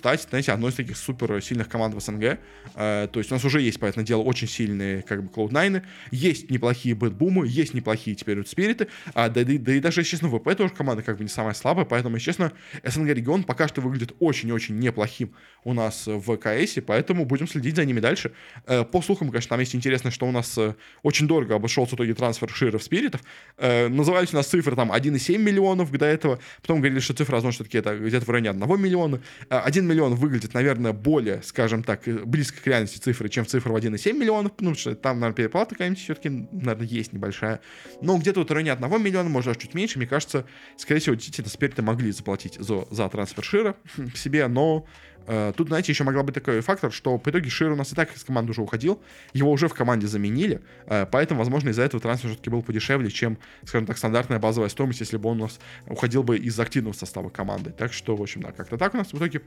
стать, знаете, одной из таких супер сильных команд в СНГ. То есть у нас уже есть, понятное дело, очень сильные как бы Cloud9, есть неплохие Бэтбумы, есть неплохие теперь вот Спириты, да и даже, естественно, ВП тоже команда как бы не самая слабая, поэтому, естественно, СНГ-регион пока что выглядит очень-очень неплохим у нас в КСе, поэтому будем следить за ними дальше. По слухам, конечно, там есть интересно, что у нас очень дорого обошелся в итоге трансфер Широв Спиритов. Назывались у нас цифры там 1,7 миллионов до этого, потом говорили, что цифра, возможно, все-таки это где-то в районе 1 миллиона. 1 миллион выглядит, наверное, более, скажем так, близко к реальности цифры, чем цифра в 1,7 миллионов, потому что там, наверное, переплата какая-нибудь все-таки, наверное, есть небольшая. Но где-то вот в районе 1 миллиона, может, даже чуть меньше, мне кажется, скорее всего, действительно, Спириты могли заплатить за трансфер Шира к себе, но тут, знаете, еще могла быть такой фактор, что по итоге Шир у нас и так из команды уже уходил, его уже в команде заменили, поэтому, возможно, из-за этого трансфер все-таки был подешевле, чем, скажем так, стандартная базовая стоимость, если бы он у нас уходил бы из активного состава команды. Так что, в общем, да, как-то так у нас в итоге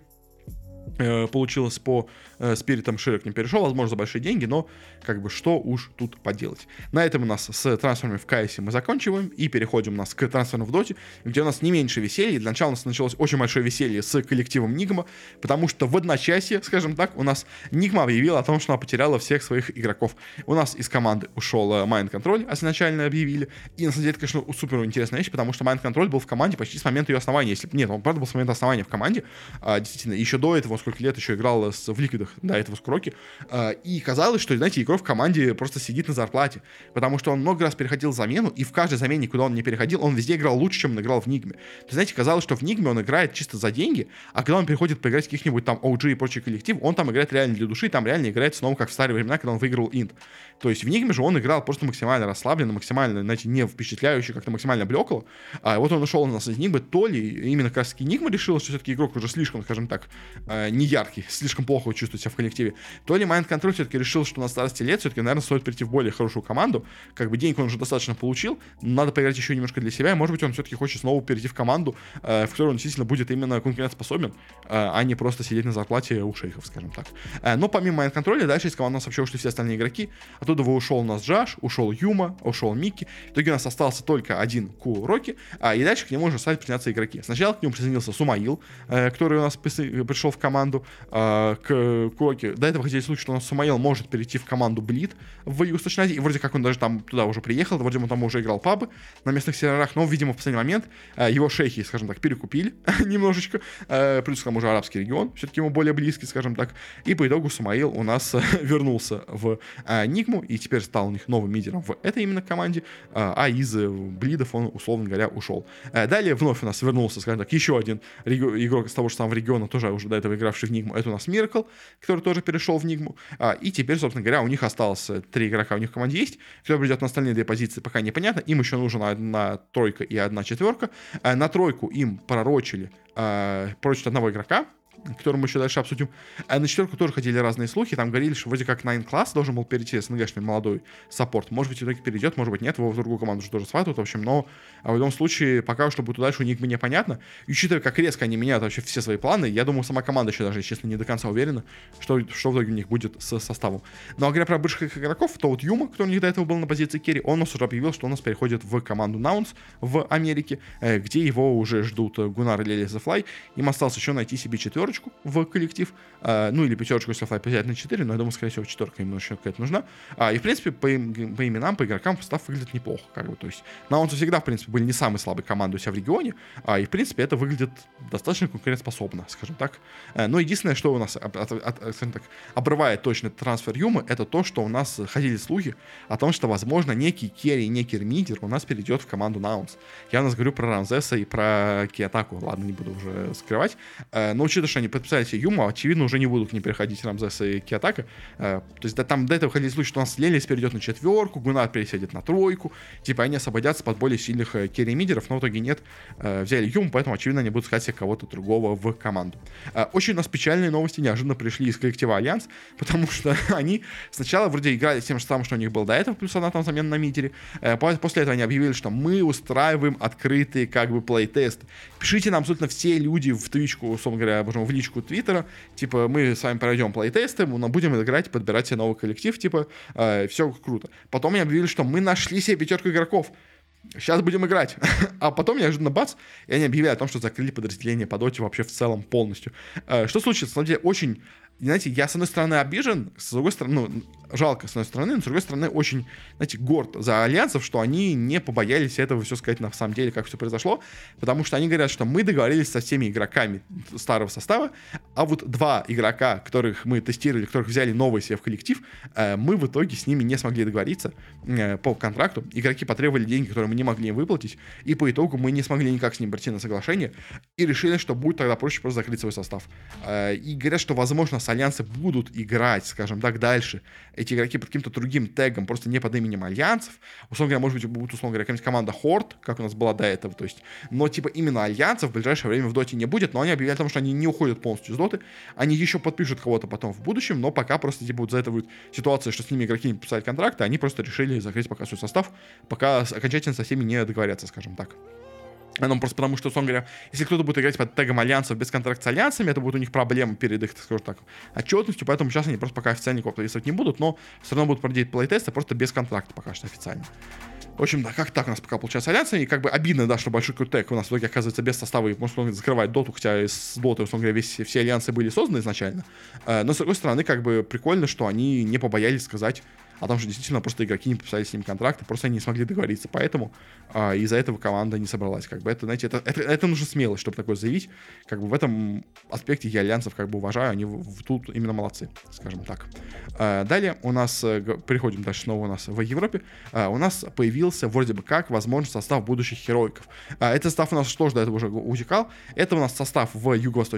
получилось по Спиритам. Шира к ним перешел, возможно, за большие деньги, но как бы что уж тут поделать. На этом у нас с трансферами в КСе мы заканчиваем и переходим у нас к трансферам в Доте, где у нас не меньше веселья. Для начала у нас началось очень большое веселье с коллективом Нигма, потому что в одночасье, скажем так, у нас Нигма объявила о том, что она потеряла всех своих игроков. У нас из команды ушел Mind Control, изначально объявили, и на самом деле это, конечно, супер интересная вещь, потому что Mind Control был в команде почти с момента ее основания, если нет, он правда был с момента основания в команде, действительно, еще до этого сколько лет еще играл в Ликвидах, до этого с Кроки, и казалось, что, знаете, игрок в команде просто сидит на зарплате, потому что он много раз переходил замену, и в каждой замене, куда он не переходил, он везде играл лучше, чем он играл в Нигме. То есть, знаете, казалось, что в Нигме он играет чисто за деньги, а когда он переходит поиграть в каких-нибудь там OG и прочий коллектив, он там играет реально для души, там реально играет снова, как в старые времена, когда он выиграл Инт. То есть в Нигме же он играл просто максимально расслабленно, максимально, знаете, не впечатляюще, как-то максимально блекло. А вот он ушел у нас из Нигмы, то ли именно как раз Нигма решил, что все-таки игрок уже слишком, скажем так, не яркий, слишком плохо чувствует себя в коллективе, то ли Mind Control все-таки решил, что на старости лет все-таки, наверное, стоит перейти в более хорошую команду. Как бы денег он уже достаточно получил, надо поиграть еще немножко для себя, и, может быть, он все-таки хочет снова перейти в команду, в которой он действительно будет именно конкурентоспособен, а не просто сидеть на зарплате у шейхов, скажем так. Но помимо Mind Control, дальше из команды у нас вообще ушли все остальные игроки. Оттуда ушел у нас Джаш, ушел Юма, ушел Микки. В итоге у нас остался только один Куроки, и дальше к нему уже стали присоединяться игроки. Сначала к нему присоединился Сумаил, который у нас пришел в команду, к Куроки. До этого ходили слухи, что у нас Сумаил может перейти в команду Блид в Юго-Восточной Азии, и вроде как он даже там туда уже приехал, вроде он там уже играл пабы на местных серверах, но, видимо, в последний момент его шейхи, скажем так, перекупили немножечко, плюс к тому же арабский регион, все-таки ему более близкий, скажем так, и по итогу Сумаил у нас вернулся в Нигму, и теперь стал у них новым лидером в этой именно команде, а из Блидов он, условно говоря, ушел. Далее вновь у нас вернулся, скажем так, еще один игрок из того же самого региона, тоже уже до этого игравший в Нигму, это у нас Miracle, который тоже перешел в Нигму, и теперь, собственно говоря, у них осталось 3 игрока у них в команде есть, кто придет на остальные 2 позиции, пока непонятно, им еще нужна 1 тройка и 1 четверка, на тройку им пророчили одного игрока, который мы еще дальше обсудим. На четверку тоже ходили разные слухи, там говорили, что вроде как Nine Class должен был перейти СНГшный молодой саппорт, может быть, в итоге перейдет, может быть, нет, его в другую команду уже тоже сватают, в общем, но в любом случае, пока что будет дальше у них непонятно, и учитывая, как резко они меняют вообще все свои планы, я думаю, сама команда еще даже, честно, не до конца уверена, что в итоге у них будет с составом. Но говоря про бывших игроков, то вот Юма, кто у них до этого был на позиции керри, он у нас уже объявил, что у нас переходит в команду Наунс в Америке, где его уже ждут Гунар и Лили The Fly, им осталось еще найти себе четверочку в коллектив, ну или пятерочку, если Fly взять на 4, но я думаю, скорее всего, четверка им еще какая-то нужна. И, в принципе, по именам, по игрокам состав выглядит неплохо, как бы, то есть Наунсы всегда, в принципе, были не самой слабой командой у себя в регионе, и, в принципе, это выглядит достаточно конкурентоспособно, скажем так. Но единственное, что у нас, скажем так, обрывает точно этот трансфер Юмы, это то, что у нас ходили слухи о том, что, возможно, некий керри, некий мидер у нас перейдет в команду Наунс. Я у нас говорю про Рамзеса и про Киатаку, ладно, не буду уже скрывать, но учитывая, что они подписали себе Юму, очевидно, уже не будут к ним переходить Рамзес и Киатака. То есть там до этого ходили слухи, что у нас Лелис перейдет на четверку, Гунар пересядет на тройку, типа они освободятся под более сильных керри-мидеров, но в итоге нет, взяли Юму, поэтому, очевидно, они будут искать себе кого-то другого в команду. Очень у нас печальные новости неожиданно пришли из коллектива Альянс, потому что они сначала вроде играли с тем же самым, что у них был до этого, плюс 1 там замена на мидере. После этого они объявили, что мы устраиваем открытые как бы плей-тесты. Пишите нам абсолютно все люди в твичку, условно говоря, в личку Твиттера, типа, мы с вами пройдем плей-тесты, мы будем играть, подбирать себе новый коллектив, типа, все круто. Потом они объявили, что мы нашли себе 5 игроков. сейчас будем играть. А потом неожиданно бац, и они объявляют о том, что закрыли подразделение по доте вообще в целом полностью. Что случилось? На самом деле, очень, знаете, я с одной стороны обижен, с другой стороны, ну, жалко с одной стороны, но с другой стороны очень, знаете, горд за альянсов, что они не побоялись этого все сказать на самом деле, как все произошло, потому что они говорят, что мы договорились со всеми игроками старого состава, а вот 2 игрока, которых мы тестировали, которых взяли новые себе в коллектив, мы в итоге с ними не смогли договориться по контракту. Игроки потребовали деньги, которые мы не могли им выплатить, и по итогу мы не смогли никак с ним прийти на соглашение, и решили, что будет тогда проще просто закрыть свой состав. И говорят, что, возможно, с альянсы будут играть, скажем так, дальше. Эти игроки под каким-то другим тегом, просто не под именем альянсов. Условно говоря, может быть, будет, условно говоря, какая-нибудь команда Horde, как у нас была до этого, то есть, но типа именно альянсов в ближайшее время в доте не будет, но они объявляют о том, что они не уходят полностью из доты, они еще подпишут кого-то потом в будущем, но пока просто типа вот за это будет ситуация, что с ними игроки не подписали контракты, они просто решили закрыть пока свой состав, пока окончательно со всеми не договорятся, скажем так. Ну, просто потому что, условно говоря, если кто-то будет играть под тегом альянсов без контракта с альянсами, это будет у них проблема перед их, так скажем так, отчетностью, поэтому сейчас они просто пока официально никого подписывать не будут, но все равно будут проводить плейтесты просто без контракта пока что официально. В общем, да, как так у нас пока получается альянсы, и как бы обидно, да, что большой какой-то тег у нас в итоге оказывается без состава и, может, закрывать доту, хотя с дотой, условно говоря, все альянсы были созданы изначально, но, с другой стороны, как бы прикольно, что они не побоялись сказать о том, что действительно просто игроки не подписали с ним контракты, просто они не смогли договориться, поэтому из-за этого команда не собралась, как бы это, знаете, это нужно смелость, чтобы такое заявить, как бы в этом аспекте я альянсов как бы уважаю, они тут именно молодцы, скажем так. Далее у нас, переходим дальше снова у нас в Европе, у нас появился вроде бы как возможный состав будущих хероиков. Этот состав у нас тоже до этого уже утекал, это у нас состав в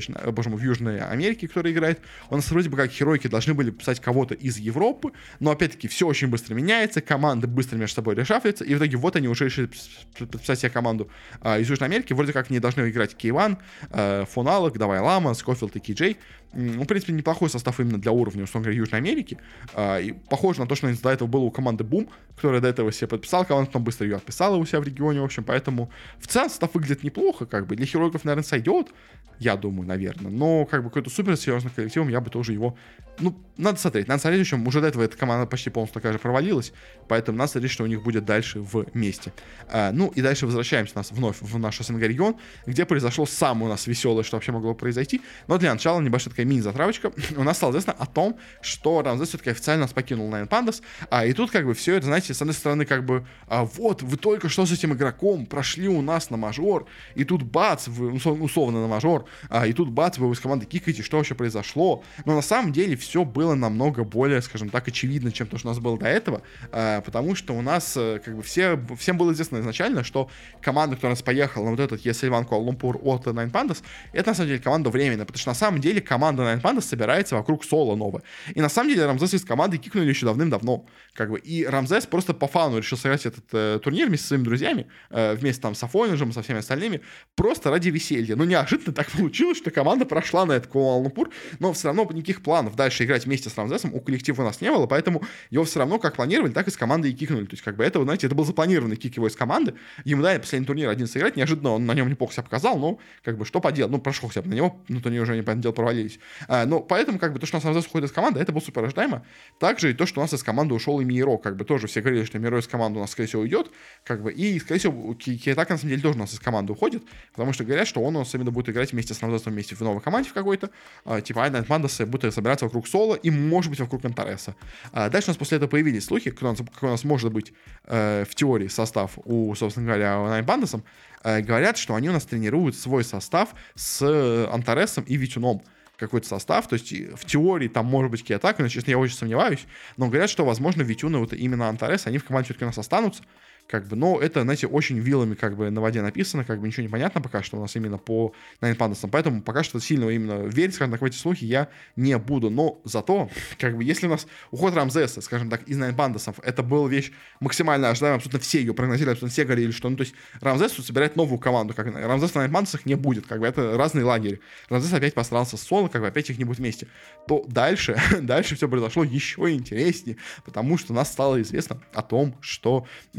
в Южной Америке, который играет, у нас вроде бы как херойки должны были писать кого-то из Европы, но опять-таки все очень быстро меняется, команды быстро между собой решафляются, и в итоге вот они уже решили подписать себе команду из Южной Америки, вроде как в ней должны играть K1, Фоналок, Давай Лама, Скофилд и Кей-Джей. Ну, в принципе, неплохой состав именно для уровня, условно говоря, Южной Америки. И похоже на то, что до этого было у команды Boom, которая до этого себе подписала, команда потом быстро ее отписала у себя в регионе, в общем, поэтому в целом состав выглядит неплохо, как бы, для херойков, наверное, сойдет, я думаю, наверное, но, как бы, какой-то супер серьезным коллективом я бы тоже его, ну, надо смотреть, в общем, уже до этого эта команда почти полностью такая же провалилась, поэтому надо смотреть, что у них будет дальше вместе. Ну, и дальше возвращаемся нас вновь в наш СНГ регион, где произошло самое у нас веселое, что вообще могло произойти, но для начала небольшая такая мини-затравочка. У нас стало известно о том, что Рамзес все-таки официально нас покинул Nine Pandas, и тут как бы все это, знаете, с одной стороны как бы, вот, вы только что с этим игроком прошли у нас на мажор, и тут бац, вы, условно на мажор, и тут бац, вы из команды кикаете, что вообще произошло, но на самом деле все было намного более, скажем так, очевидно, чем то, что у нас было до этого, потому что у нас как бы всем было известно изначально, что команда, которая у нас поехала на вот этот ESL Kuala-Lumpur от Nine Pandas, это на самом деле команда временная, потому что на самом деле команда Nine Pandas собирается вокруг соло новая. И на самом деле Рамзес из команды кикнули еще давным-давно. Как бы. И Рамзес просто по фану решил сыграть этот турнир вместе со своими друзьями, вместе там с Афонежем, со всеми остальными, просто ради веселья. Но неожиданно так получилось, что команда прошла на этот Kuala-Lumpur, но все равно никаких планов дальше играть вместе с Рамзесом у коллектива у нас не было, поэтому его все равно как планировали, так и с командой и кикнули. То есть как бы это, знаете, это был запланированный кик его из команды. Ему дали последний турнир один сыграть, неожиданно он на нем неплохо себя показал, но как бы что поделать, ну прошел хотя бы на него, но то они уже, понятное дело, провалились. Но поэтому как бы то, что у нас Рамзес уходит из команды, это было супер ожидаемо. Также и то, что у нас из команды ушел и Миро, как бы тоже все говорили, что Миро из команды у нас, скорее всего, уйдет, как бы, и, скорее всего, Киетака, на самом деле, тоже у нас из команды уходит, потому что говорят, что он у нас именно будет играть вместе с Рамзесом вместе в новой команде в какой-то, типа Nine Pandas будет собираться вокруг Соло и, может быть, вокруг Антареса. Дальше у нас после этого появились слухи, какой у нас может быть в теории состав у, собственно говоря, Nine Pandas, говорят, что они у нас тренируют свой состав с Антаресом и Витюном. Какой-то состав, то есть в теории там может быть Киетака, но, честно, я очень сомневаюсь, но говорят, что, возможно, Витюн и вот именно Антарес, они в команде все-таки у нас останутся, как бы, но это, знаете, очень вилами как бы на воде написано, как бы ничего не понятно пока что у нас именно по Nine Pandas, поэтому пока что сильно именно верить, скажем так, в эти слухи я не буду, но зато, как бы, если у нас уход Рамзеса, скажем так, из Nine Pandas, это была вещь максимально ожидаемая, абсолютно все ее прогнозировали, абсолютно все говорили, что, ну, то есть Рамзес собирает новую команду, как Рамзес на Nine Pandas не будет, как бы, это разные лагеря, Рамзес опять постарался с Соло, как бы, опять их не будет вместе, то дальше все произошло еще интереснее, потому что у нас стало известно о том, что Bad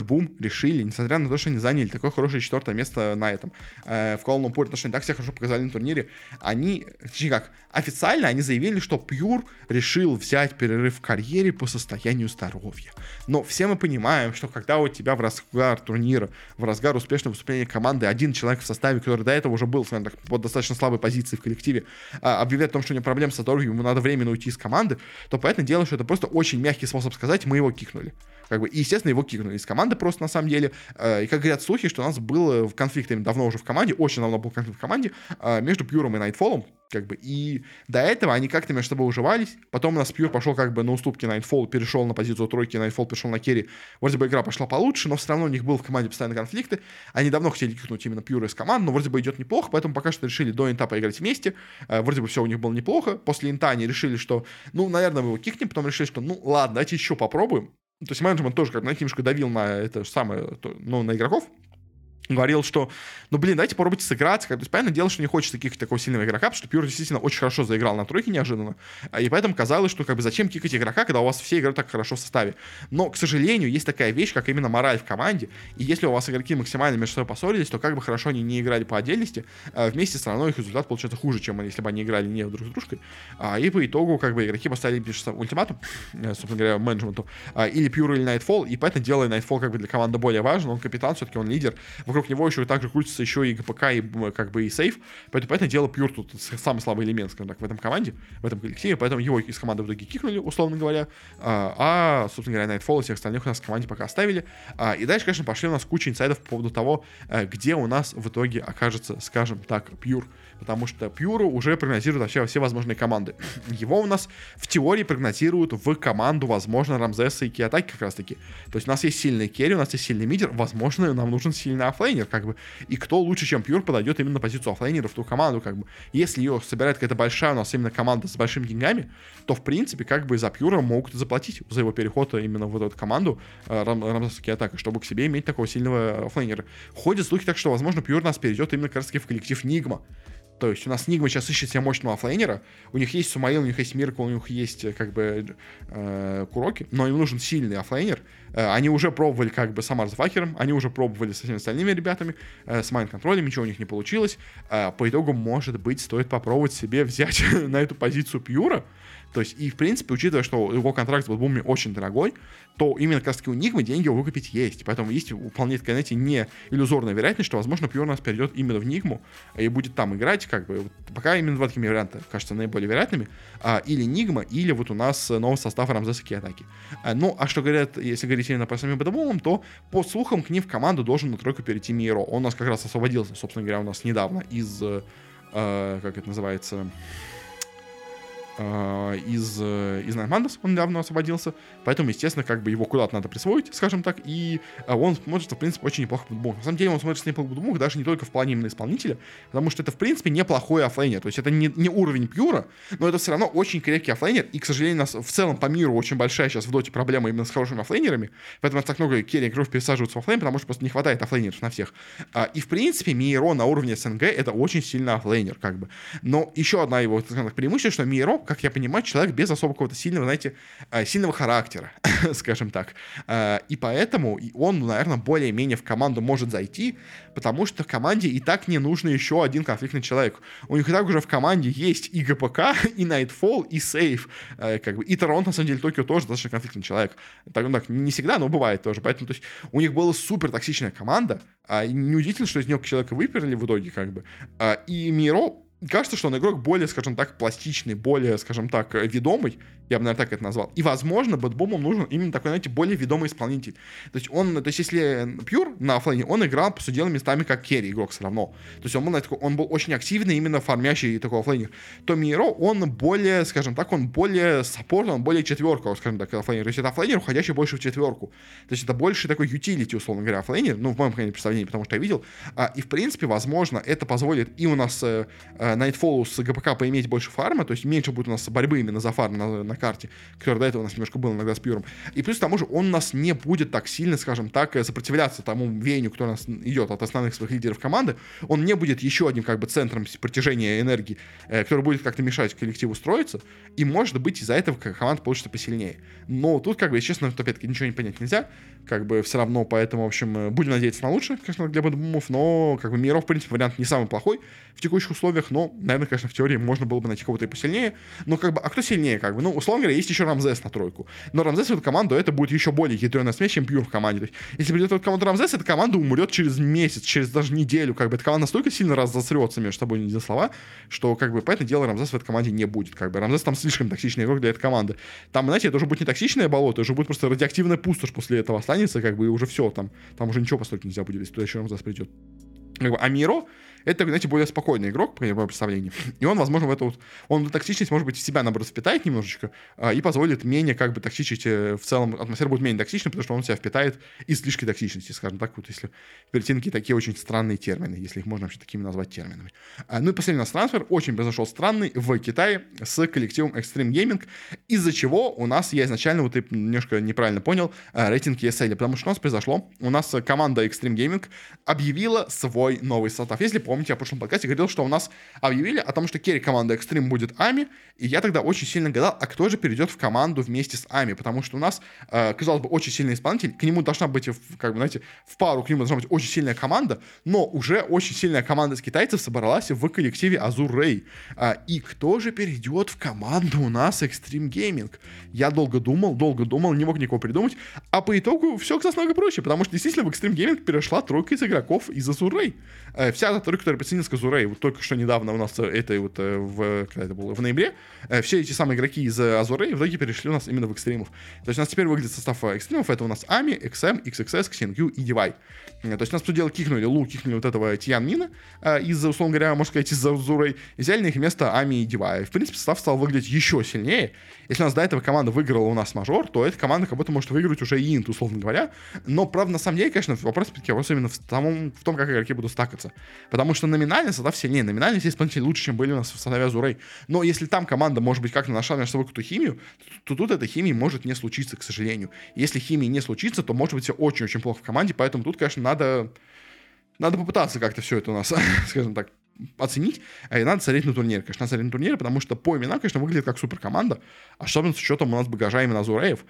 Boom решили, несмотря на то, что они заняли такое хорошее 4-е место на этом, в Куала-Лумпуре, потому что они так себя хорошо показали на турнире, они, точнее как, официально они заявили, что Pure решил взять перерыв в карьере по состоянию здоровья. Но все мы понимаем, что когда у тебя в разгар турнира, в разгар успешного выступления команды один человек в составе, который до этого уже был, скажем так, по достаточно слабой позиции в коллективе, объявляет о том, что у него проблемы со здоровьем, ему надо временно уйти из команды, то понятное дело, что это просто очень мягкий способ сказать, мы его кикнули. Как бы, и, естественно, его кикнули из команды просто, на самом деле. И, как говорят слухи, что у нас был конфликт давно уже в команде, очень давно был конфликт в команде между Пьюром и Nightfall, как бы, и до этого они как-то между собой уживались, потом у нас Пьюр пошел как бы на уступки Nightfall, перешел на позицию тройки, Nightfall перешел на керри, вроде бы игра пошла получше, но все равно у них был в команде постоянно конфликты, они давно хотели кикнуть именно Пьюра из команды, но вроде бы идет неплохо, поэтому пока что решили до инта поиграть вместе, вроде бы все у них было неплохо, после инта они решили, что, ну, наверное, мы его кикнем, потом решили, что, ну, ладно, давайте еще попробуем. То есть менеджмент тоже как немножко давил на это же самое, ну, на игроков. Говорил, что, ну, блин, давайте попробуйте сыграть. То есть, понятное дело, что не хочется такого сильного игрока, потому что Пьюр действительно очень хорошо заиграл на тройке неожиданно. И поэтому казалось, что как бы зачем кикать игрока, когда у вас все играют так хорошо в составе. Но, к сожалению, есть такая вещь, как именно мораль в команде. И если у вас игроки максимально между собой поссорились, то как бы хорошо они не играли по отдельности, вместе все равно их результат получается хуже, чем если бы они играли не друг с дружкой. И по итогу как бы игроки поставили ультиматум, собственно говоря, менеджменту, или Пьюр, или Nightfall, и поэтому делая Nightfall как бы для команды более важен, он капитан, все-таки он лидер, вокруг него еще также крутится еще и ГПК, и как бы и сейф, поэтому, понятное дело, Пьюр тут самый слабый элемент, скажем так, в этом команде, в этом коллективе, поэтому его из команды в итоге кикнули, условно говоря, собственно говоря, Nightfall и всех остальных у нас в команде пока оставили, и дальше, конечно, пошли у нас куча инсайдов по поводу того, где у нас в итоге окажется, скажем так, Пьюр, потому что Пьюру уже прогнозируют вообще все возможные команды. Его у нас в теории прогнозируют в команду, возможно, Рамзеса и Киатаки как раз таки. То есть у нас есть сильный керри, у нас есть сильный мидер, возможно, нам нужен сильный оффлейнер, как бы. И кто лучше, чем Пьюр, подойдет именно на позицию оффлейнера в ту команду, как бы. Если ее собирает какая-то большая у нас именно команда с большими деньгами, то, в принципе, как бы за Пьюра могут заплатить за его переход именно в эту команду Рамзеса и Киатаки, чтобы к себе иметь такого сильного оффлейнера. Ходят слухи так, что, возможно, Пьюр нас перейдет именно как раз таки в коллектив Нигма. То есть у нас Нигма сейчас ищет себе мощного оффлейнера, у них есть Сумаил, у них есть Миркл, у них есть как бы Куроки, но им нужен сильный оффлейнер. Они уже пробовали как бы с Амарсфакером, они уже пробовали со всеми остальными ребятами, с Майнд-контролем, ничего у них не получилось. По итогу, может быть, стоит попробовать себе взять на эту позицию Пьюра. То есть, и в принципе, учитывая, что его контракт с Бэтбумами очень дорогой, то именно как раз таки у Нигмы деньги его выкупить есть. Поэтому есть вполне такая, знаете, не иллюзорная вероятность, что, возможно, Пьюр нас перейдет именно в Нигму и будет там играть, как бы. Пока именно два такими варианта кажутся наиболее вероятными. Или Нигма, или вот у нас новый состав Рамзеса Киатаки. Ну, а что говорят, если говорить именно по самим Бэтбумам, то по слухам к ним в команду должен на тройку перейти Миро. Он у нас как раз освободился, собственно говоря, у нас недавно из, как это называется... из Nightmanders он недавно освободился, поэтому, естественно, как бы его куда-то надо присвоить, скажем так, и он смотрится, в принципе, очень неплохо в Бэтбумах. На самом деле он смотрится неплохо в Бэтбумах даже не только в плане именно исполнителя, потому что это, в принципе, неплохой оффлейнер, то есть это не уровень Пьюра, но это все равно очень крепкий оффлейнер, и, к сожалению, у нас в целом по миру очень большая сейчас в доте проблема именно с хорошими оффлейнерами, поэтому у нас так много керри игроков пересаживаются в оффлейн, потому что просто не хватает оффлейнеров на всех. И, в принципе, Миро на уровне СНГ это очень сильный оффлейнер, как бы. Но еще одна его, скажем так, преимущество, что Миро, как я понимаю, человек без особого какого-то сильного, знаете, сильного характера, скажем так. И поэтому он, наверное, более-менее в команду может зайти, потому что в команде и так не нужно еще один конфликтный человек. У них и так уже в команде есть и ГПК, и Nightfall, и Сейф, как бы. И Торонто, на самом деле, Токио тоже достаточно конфликтный человек. Так, не всегда, но бывает тоже. Поэтому, то есть, у них была супер токсичная команда, и неудивительно, что из нее человека выперли в итоге, как бы. И Миро, кажется, что он игрок более, скажем так, пластичный, более, скажем так, ведомый, я бы, наверное, так это назвал. И, возможно, Бэтбумам нужен именно такой, знаете, более ведомый исполнитель. То есть, если Пьюр на оффлейне, он играл, по сути дела, местами как керри игрок все равно. То есть, он был очень активный, именно фармящий такой оффлейнер. То Миро, он более, скажем так, он более саппорт, он более четверка, скажем так, оффлейнер. То есть, это оффлейнер, уходящий больше в четверку. То есть, это больше такой ютилити, условно говоря, оффлейнер, ну, в моем, конечно, представлении, потому что я видел. И, в принципе, возможно, это позволит и у нас Nightfall с ГПК поиметь больше фарма, то есть меньше будет у нас борьбы именно за фарм на карте, который до этого у нас немножко был иногда с Пьюром. И плюс к тому же он у нас не будет так сильно, скажем так, сопротивляться тому веянию, который у нас идет от основных своих лидеров команды. Он не будет еще одним как бы центром притяжения энергии, который будет как-то мешать коллективу строиться, и может быть из-за этого команда получится посильнее. Но тут как бы, если честно, опять-таки ничего не понять нельзя, как бы все равно, поэтому, в общем, будем надеяться на лучшее, конечно, для Бэдбумов, но как бы Миров, в принципе, вариант не самый плохой в текущих условиях, но, наверное, конечно, в теории можно было бы найти кого-то и посильнее, но как бы, а кто сильнее, как бы, ну, условно говоря, есть еще Рамзес на тройку, но Рамзес в эту команду, это будет еще более ядреная смесь, чем Пьюр в команде, то есть, если придет в эту команду Рамзес, эта команда умрет через месяц, через даже неделю, как бы, эта команда настолько сильно разосрется между собой, не за слова, что, как бы, поэтому дело Рамзес в этой команде не будет, как бы, Рамзес там слишком токсичный игрок для этой команды, там, знаете, это уже будет не токсичное болото, это уже будет просто радиоактивная пустошь после этого останется, как бы, и уже все, там уже ничего построить нельзя будет, если туда еще Рамзес придет. Как бы, а Миро — это, знаете, более спокойный игрок, по моему представлению. И он, возможно, в эту вот... Он токсичность, может быть, в себя, наоборот, впитает немножечко и позволит менее, как бы, токсичить. В целом, атмосфера будет менее токсичной, потому что он себя впитает излишки токсичности, скажем так, вот если перейти на такие очень странные термины, если их можно вообще такими назвать терминами. Ну и последний у нас трансфер, очень произошел странный, в Китае с коллективом Extreme Gaming, из-за чего у нас, я изначально вот немножко неправильно понял, рейтинг ESL, потому что у нас произошло, у нас команда Extreme Gaming объявила свой новый состав. Если помните, я в прошлом подкасте говорил, что у нас объявили о том, что керри команда Extreme будет Ами, и я тогда очень сильно гадал, а кто же перейдет в команду вместе с Ами, потому что у нас, казалось бы, очень сильный исполнитель, к нему должна быть, как бы, знаете, в пару к нему должна быть очень сильная команда, но уже очень сильная команда из китайцев собралась в коллективе Azure Ray. И кто же перейдет в команду у нас Extreme Gaming? Я долго думал, не мог никого придумать, а по итогу все оказалось намного проще, потому что действительно в Extreme Gaming перешла тройка из игроков из Azure Ray. Вся эта тройка, которая присоединилась к Azure Ray, вот только что недавно у нас это вот когда это было, в ноябре, все эти самые игроки из Azure Ray в итоге перешли у нас именно в экстримов. То есть у нас теперь выглядит состав экстримов, это у нас Ами, XM, XXS, XNQ и DeVay. То есть у нас, по делу, кикнули вот этого Тиан Мина из, условно говоря, можно сказать, из Azure Ray, и взяли на их место Ами и DeVay. В принципе, состав стал выглядеть еще сильнее. Если у нас до этого команда выиграла у нас мажор, то эта команда как будто может выиграть уже и инт, условно говоря. Но, правда, на самом деле, конечно, вопрос именно в том, как игроки будут стакаться. Потому что номинально состав сильнее. Номинально все исполнители лучше, чем были у нас в составе Azure Ray. Но если там команда, может быть, как-то нашла между собой какую-то химию, то тут этой химии может не случиться, к сожалению. Если химии не случится, то может быть все очень-очень плохо в команде. Поэтому тут, конечно, надо попытаться как-то все это у нас, скажем так, оценить, и надо смотреть на турнир. Конечно, надо смотреть на турнир, потому что по именам, конечно, выглядит как суперкоманда, особенно с учетом у нас багажа именно Азуреев.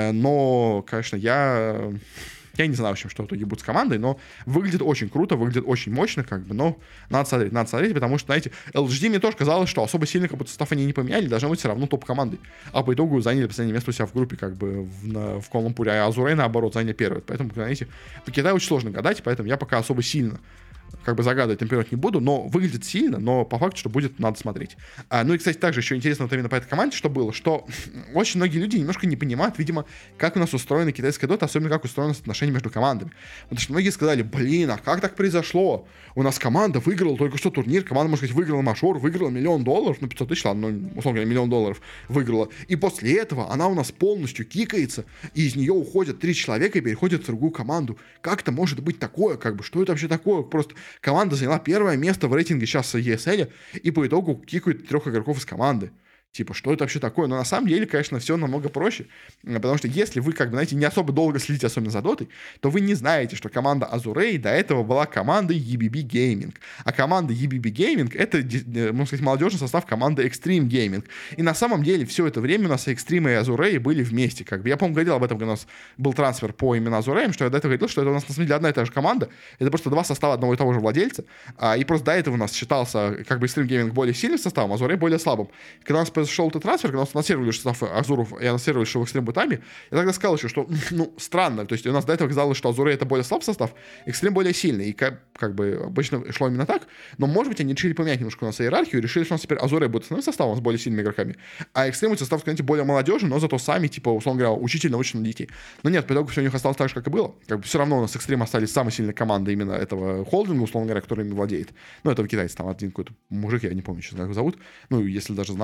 Но, конечно, я не знаю, в общем, что в итоге будет с командой, но выглядит очень круто, выглядит очень мощно, как бы, но надо смотреть, потому что, знаете, LGD мне тоже казалось, что особо сильно как будто состав они не поменяли, должны быть все равно топ-командой. А по итогу заняли последнее место у себя в группе, как бы, в Куала-Лумпуре, а Азурей, наоборот, заняли первое. Поэтому, знаете, по Китаю очень сложно гадать, поэтому я пока особо сильно как бы загадывать наперед не буду, но выглядит сильно, но по факту, что будет, надо смотреть. Ну и, кстати, также еще интересно вот именно по этой команде, что было, что очень многие люди немножко не понимают, видимо, как у нас устроена китайская дота, особенно как устроено отношение между командами. Потому что многие сказали, блин, а как так произошло? У нас команда выиграла только что турнир, команда, можно сказать, выиграла мажор, выиграла $1 миллион, ну 500 тысяч, ладно, ну, условно говоря, $1 миллион выиграла. И после этого она у нас полностью кикается, и из нее уходят 3 человека и переходят в другую команду. Как это может быть такое? Как бы, что это вообще такое? Просто команда заняла первое место в рейтинге сейчас ESL, и по итогу кикают 3 игроков из команды. Типа, что это вообще такое? Но на самом деле, конечно, все намного проще, потому что если вы, как бы, знаете, не особо долго следите, особенно за дотой, то вы не знаете, что команда Azure Ray до этого была командой EBB Gaming. А команда EBB Gaming — это, можно сказать, молодежный состав команды Extreme Gaming. И на самом деле все это время у нас Extreme и Azure Ray были вместе. Как бы. Я, по-моему, говорил об этом, когда у нас был трансфер по именно Azure Ray, что я до этого говорил, что это у нас, на самом деле, одна и та же команда. Это просто 2 состава одного и того же владельца. И просто до этого у нас считался, как бы, Extreme Gaming более сильным составом, а Azure Ray более слабым. Когда у нас произошел этот трансфер, когда у нас анонсировали, что состав Азуров и анонсировали, что в Extreme будет Ами, я тогда сказал еще, что, ну, странно. То есть у нас до этого казалось, что Азуре — это более слабый состав, Extreme более сильный. И как бы обычно шло именно так. Но, может быть, они решили поменять немножко у нас иерархию, решили, что у нас теперь Азуре будет основным составом с более сильными игроками, а Extreme будет состав, конечно, более молодежный, но зато сами, типа, условно говоря, учитель научных детей. Но нет, по итогу все у них осталось так же, как и было. Как бы все равно у нас Extreme остались самой сильной командой именно этого холдинга, условно говоря, который ими владеет. Ну, этого китайца, там один какой-то мужик, я не помню, сейчас как его зовут. Ну, если даже знал бы,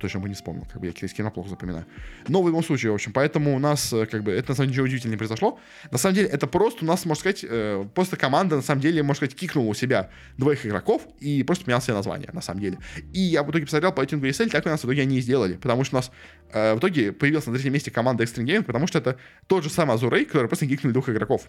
точно бы не вспомнил, как бы я китайский плохо запоминаю. Но в любом случае, в общем, поэтому у нас, как бы, это на самом деле ничего удивительного не произошло. На самом деле, это просто у нас, можно сказать, просто команда, на самом деле, можно сказать, кикнула у себя двоих игроков и просто поменяла себе название, на самом деле. И я в итоге посмотрел по рейтингу ESL, так у нас в итоге они и сделали, потому что у нас в итоге появилась на третьем месте команда Extreme Gaming, потому что это тот же самый Azurey, который просто кикнули двух игроков.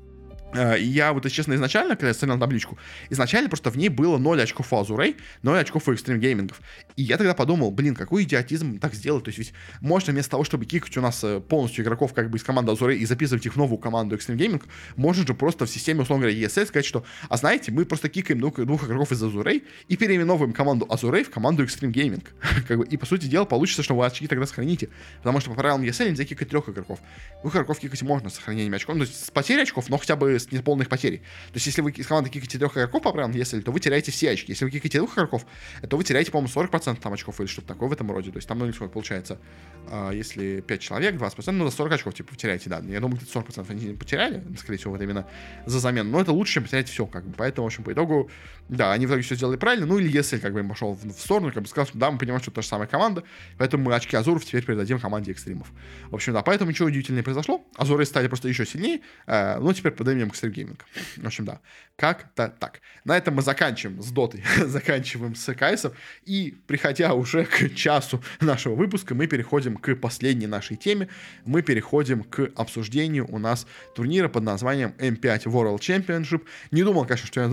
И я вот, если честно, изначально, когда я смотрел на табличку, изначально просто в ней было 0 очков у Azurey, 0 очков у Extreme Gaming. И я тогда подумал, блин, какой идиотизм так сделать. То есть ведь можно вместо того, чтобы кикать у нас полностью игроков как бы из команды Azurey и записывать их в новую команду Extreme Gaming, можно же просто в системе, условно говоря, ESL сказать, что, а знаете, мы просто кикаем двух игроков из Azurey и переименовываем команду Azurey в команду Extreme Gaming. Как бы, и, по сути дела, получится, что вы очки тогда сохраните. Потому что по правилам ESL нельзя кикать 3 игроков. 2 игроков кикать можно с сохранением очков, то есть с потерей очков, но хотя бы с неполных потерей. То есть, если вы из команды кикаете 3 игроков по правилам ESL, то вы теряете все очки. Если вы кикаете 2 игроков, то вы теряете, по-моему, 40% там очков или что-то такое в этом роде. То есть, там, ну, сколько получается, если 5 человек, 20%, ну, до 40 очков, типа, потеряете, да. Я думаю, где-то 40% они потеряли, скорее всего, вот именно за замену. Но это лучше, чем потерять все, как бы. Поэтому, в общем, по итогу, да, они в итоге все сделали правильно. Ну, или ESL, как бы, им пошел в сторону, как бы сказал, что да, мы понимаем, что это та же самая команда, поэтому мы очки Азуров теперь передадим команде Экстримов. В общем, да, поэтому ничего удивительного не произошло. Азуры стали просто еще сильнее, но теперь под именем Extreme Gaming. В общем, да, как-то так. На этом мы заканчиваем с Дотой, заканчиваем с КСом, и, приходя уже к часу нашего выпуска, мы переходим к последней нашей теме, мы переходим к обсуждению у нас турнира под названием M5 World Championship. Не думал, конечно, что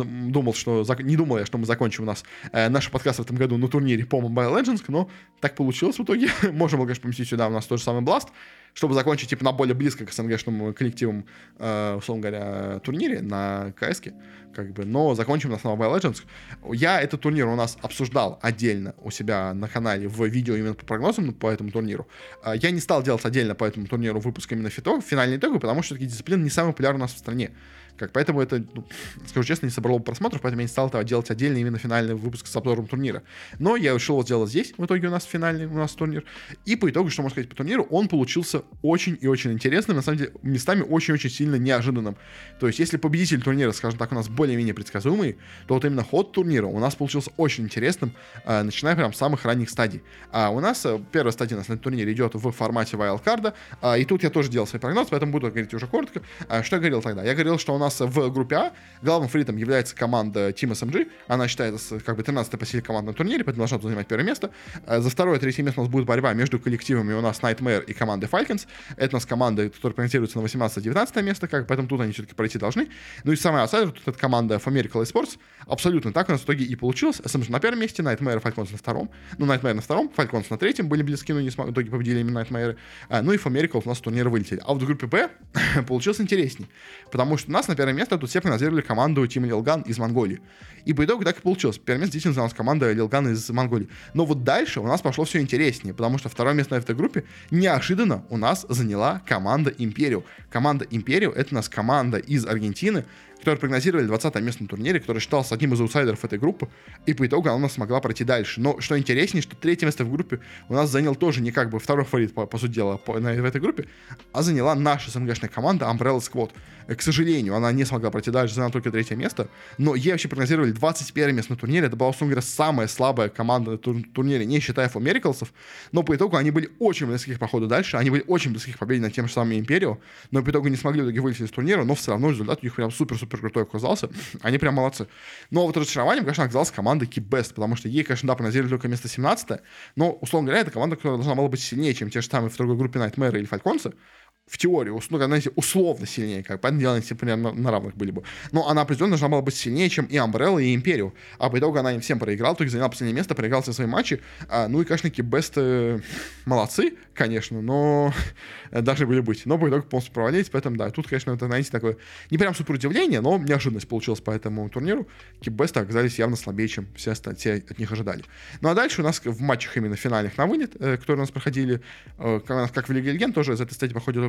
не думал я, что мы закончим у нас наш подкаст в этом году на турнире по Mobile Legends, но так получилось в итоге. Можно было, конечно, поместить сюда у нас тот же самый Blast, чтобы закончить, типа, на более близко к СНГшным коллективам, условно говоря, турнире на КС-ке, как бы, но закончим нас на Mobile Legends. Я этот турнир у нас обсуждал отдельно у себя на канале в видео именно по прогнозам по этому турниру. Я не стал делать отдельно по этому турниру выпуск именно финальной итоги, потому что такие дисциплины не самые популярные у нас в стране. Поэтому это, скажу честно, не собрало просмотров, поэтому я не стал этого делать отдельно именно финальный выпуск с обзором турнира. Но я решил его сделать здесь, в итоге у нас финальный у нас турнир. И по итогу, что можно сказать по турниру, он получился очень и очень интересным, на самом деле, местами очень-очень сильно неожиданным. То есть, если победитель турнира, скажем так, у нас более-менее предсказуемый, то вот именно ход турнира у нас получился очень интересным, начиная прям с самых ранних стадий. У нас первая стадия у нас на турнире идет в формате вайлдкарда, и тут я тоже делал свой прогноз, поэтому буду говорить уже коротко. Что я говорил тогда? Я говорил, что у нас в группе А главным фаворитом является команда Team SMG. Она считается как бы 13-й по силе команда на турнире, поэтому должна занимать первое место. За второе и третье место у нас будет борьба между коллективами у нас Nightmare и командой Falcons. Это у нас команда, которая проектируется на 18-19 место, поэтому тут они все-таки пройти должны. Ну и самый аутсайдер, тут это команда Fomerical Esports. Абсолютно так у нас в итоге и получилось. SMG на первом месте, Nightmare и Falcons на втором. Ну, Nightmare на втором, Falcons на третьем были близки, но в итоге победили именно Nightmare. Ну и Fomerical у нас с турнира вылетели. А вот в группе Б получилось интересней, потому что у нас на первое место тут все прогнозировали команду Team Lilgan из Монголии. И по итогу так и получилось. Первое место действительно заняла команда Lilgan из Монголии. Но вот дальше у нас пошло все интереснее, потому что второе место в этой группе неожиданно у нас заняла команда Imperial. Команда Imperial — это у нас команда из Аргентины, которые прогнозировали 20 место на турнире, который считался одним из аутсайдеров этой группы, и по итогу она смогла пройти дальше. Но что интереснее, что третье место в группе у нас занял тоже не как бы второй фаворит, по сути дела, в этой группе, а заняла наша СНГшная команда Umbrella Squad. К сожалению, она не смогла пройти дальше, заняла только третье место, но ей вообще прогнозировали 21 место на турнире. Это была, условно говоря, самая слабая команда на турнире, не считая Фомерикалсов, но по итогу они были очень близки к проходу дальше, они были очень близки к победе над тем же самым Империо, но по итогу не смогли в итоге вылететь из турнира, но все равно результат у них прям супер-супер крутой оказался. Они прям молодцы. Но вот разочарованием, конечно, оказалась команда Keep Best, потому что ей, конечно, да, прогнозировали только место 17, но, условно говоря, это команда, которая должна была быть сильнее, чем те же самые в другой группе Nightmare или Falcons. В теории, знаете, условно сильнее, как понятное дело, они примерно на равных были бы. Но она определенно должна была быть сильнее, чем и Umbrella, и Imperial. А по итогу она им всем проиграла, только заняла последнее место, проиграл все свои матчи. Ну и, конечно, Keep Best молодцы, конечно, но должны были быть. Но по итогу полностью провалились, поэтому, да, тут, конечно, это, знаете, такое не прям супер удивление, но неожиданность получилась по этому турниру. Keep Best оказались явно слабее, чем все от них ожидали. Ну а дальше у нас в матчах именно финальных на вылет, которые у нас проходили, как в Лиге Легенд, тоже из этой стадии проходит только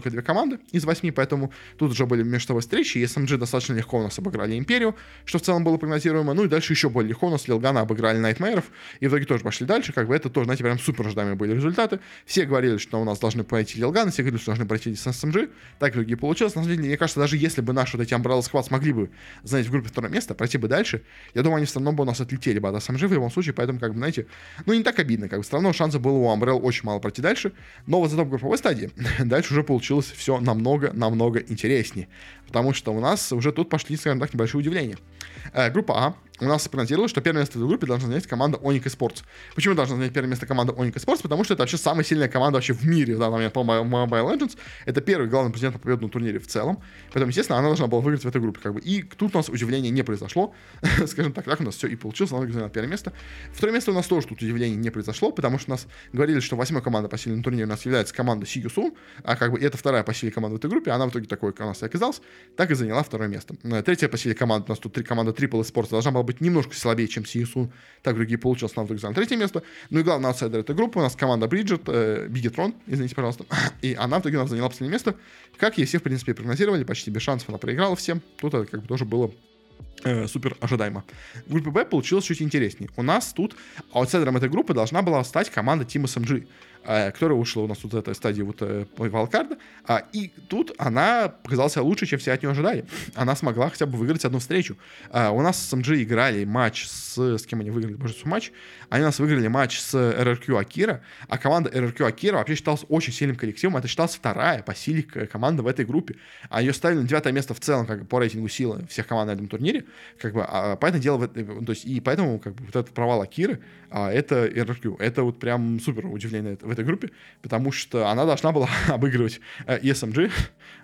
первые две команды из 8, поэтому тут уже были между собой встречи, и SMG достаточно легко у нас обыграли Империю, что в целом было прогнозируемо, ну и дальше еще более легко у нас Лилгана обыграли Найтмейров, и в итоге тоже пошли дальше, как бы это тоже, знаете, прям супер ожидаемые были результаты. Все говорили, что у нас должны пройти Лилган, все говорили, что должны пройти с SMG, так в итоге получилось. На самом деле, мне кажется, даже если бы наши вот эти Umbrella Squad смогли бы занять в группе второе место, пройти бы дальше, я думаю, они все равно бы у нас отлетели бы от SMG в любом случае, поэтому, как бы, знаете, ну не так обидно, как бы, все равно шансов было у Umbrella очень мало пройти дальше, но вот зато в групповой стадии дальше уже получилось все намного интереснее, потому что у нас уже тут пошли, скажем так, небольшие удивления. Группа А у нас спрогнозировалось, что первое место в этой группе должна занять команда Onyx Esports. Почему должна занять первое место команда Onyx Esports? Потому что это вообще самая сильная команда вообще в мире в данный момент по Mobile Legends. Это первый главный претендент на победу на турнире в целом. Поэтому, естественно, она должна была выиграть в этой группе. Как бы. И тут у нас удивления не произошло. Скажем так у нас все и получилось. Она заняла первое место. Второе место у нас тоже тут удивлений не произошло, потому что у нас говорили, что 8-я команда по силе на турнире у нас является команда Сигюсу, а как бы это вторая по силе команда в этой группе. Она в итоге такой у нас и оказалась, так и заняла второе место. Третья по силе команда у нас тут команда Triple Esports должна была быть немножко слабее, чем CSU, так другие получилось, нам вдруг занял третье место. Ну и главный аутсайдер этой группы у нас команда Бриджит, Бигетрон, извините, пожалуйста, и она в итоге у нас заняла последнее место, как и все, в принципе, прогнозировали, почти без шансов она проиграла всем, тут это как бы тоже было супер ожидаемо. В группе Б получилось чуть интереснее. У нас тут аутсайдером этой группы должна была стать команда Team SMG, которая вышла у нас тут в этой стадии вот вайлдкарда, и тут она показалась лучше, чем все от нее ожидали. Она смогла хотя бы выиграть одну встречу. У нас с SMG играли матч с кем они выиграли, боже, матч. Они у нас выиграли матч с RRQ Акира, а команда RRQ Акира вообще считалась очень сильным коллективом. Это считалась вторая по силе команда в этой группе. А ее ставили на 9 место в целом, как бы, по рейтингу силы всех команд на этом турнире. Как бы, поэтому дело, то есть, и поэтому как бы, вот этот провал Акиры, это RRQ. Это вот прям супер удивление в этой группе, потому что она должна была обыгрывать ESMG,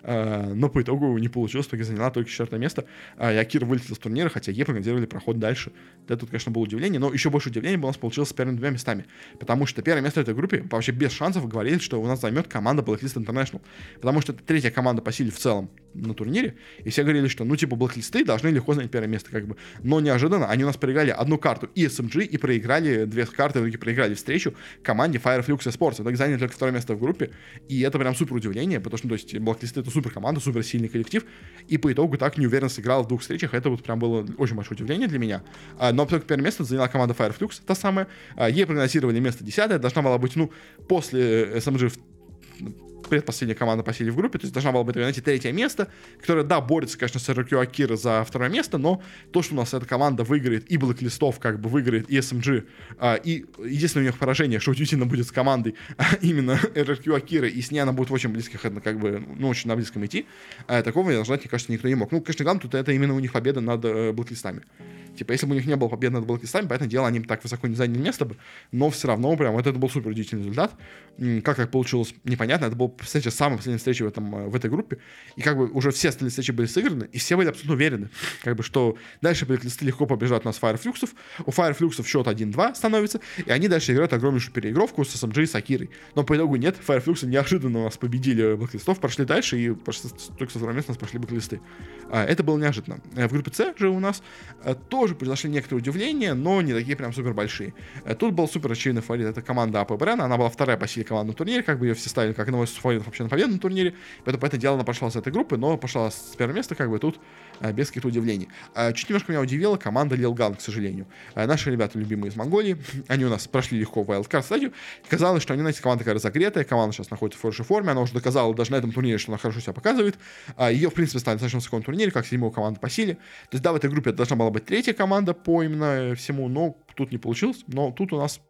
но по итогу не получилось, только заняла только 4 место, и Акира вылетела с турнира, хотя ей прогнозировали проход дальше. Это тут, конечно, было удивление, но еще больше удивления у нас получилось с первыми двумя местами, потому что первое место в этой группе вообще без шансов говорили, что у нас займет команда Blacklist International, потому что это третья команда по силе в целом на турнире, и все говорили, что, ну, типа, Blacklist должны легко занять первое место, как бы, но неожиданно они у нас проиграли одну карту ESMG и проиграли две карты, в итоге проиграли встречу команде Fireflux Esports, в итоге заняли только второе место в группе, и это прям супер удивление, потому что, то есть, Blacklist это супер команда, супер сильный коллектив, и по итогу так неуверенно сыграл в двух встречах, это вот прям было очень большое удивление для меня, но только первое место заняла команда Fireflux, та самая, ей прогнозировали место 10-е, должна была быть, ну, после SMG предпоследняя команда по силе в группе, то есть должна была быть, знаете, третье место, которое, да, борется, конечно, с RRQ Акира за второе место, но то, что у нас эта команда выиграет и Блэклистов, как бы выиграет и SMG, и единственное у них поражение, что удивительно будет с командой именно RRQ Акира, и с ней она будет в очень близких, как бы, ну, очень на близком идти, такого ждать, мне кажется, никто не мог. Ну, конечно, главное, тут это именно у них победа над Блэклистами. Типа, если бы у них не было победы над Блэклистами, понятное дело, они бы так высоко не заняли место бы, но все равно прям вот это был супер удивительный результат. Как так получилось, непонятно. Это была встреча, самая последняя встреча в этой группе, и как бы уже все остальные встречи были сыграны, и все были абсолютно уверены, как бы, что дальше Блэклисты легко побежат у нас Fireflux'ов, у Fireflux'ов счет 1-2 становится, и они дальше играют огромнейшую переигровку с SMG и с Акирой. Но по итогу нет, Fireflux'ы неожиданно у нас победили Блэклистов, прошли дальше, и только со второго места у нас пошли Блэклисты. Это было неожиданно. В группе С же у нас тоже произошли некоторые удивления, но не такие прям супер большие. Тут был супер очевидный фаворит, это команда АП Брена, она была вторая по силе команды на турнире, как бы ее все ставили как одного из фаворитов вообще на победу на турнире, поэтому по это дело она пошла с этой группы, но пошла с первого места, как бы тут без каких-то удивлений. Чуть немножко меня удивила команда Лилган, к сожалению. Наши ребята, любимые из Монголии, они у нас прошли легко в wildcard стадию. Казалось, что они, знаете, команда такая разогретая, команда сейчас находится в хорошей форме, она уже доказала даже на этом турнире, что она хорошо себя показывает. Ее, в принципе, ставили достаточно высоком турнире, как седьмая команда по силе. То есть, да, в этой группе это должна была быть третья команда по именно всему, но тут не получилось. Но тут у нас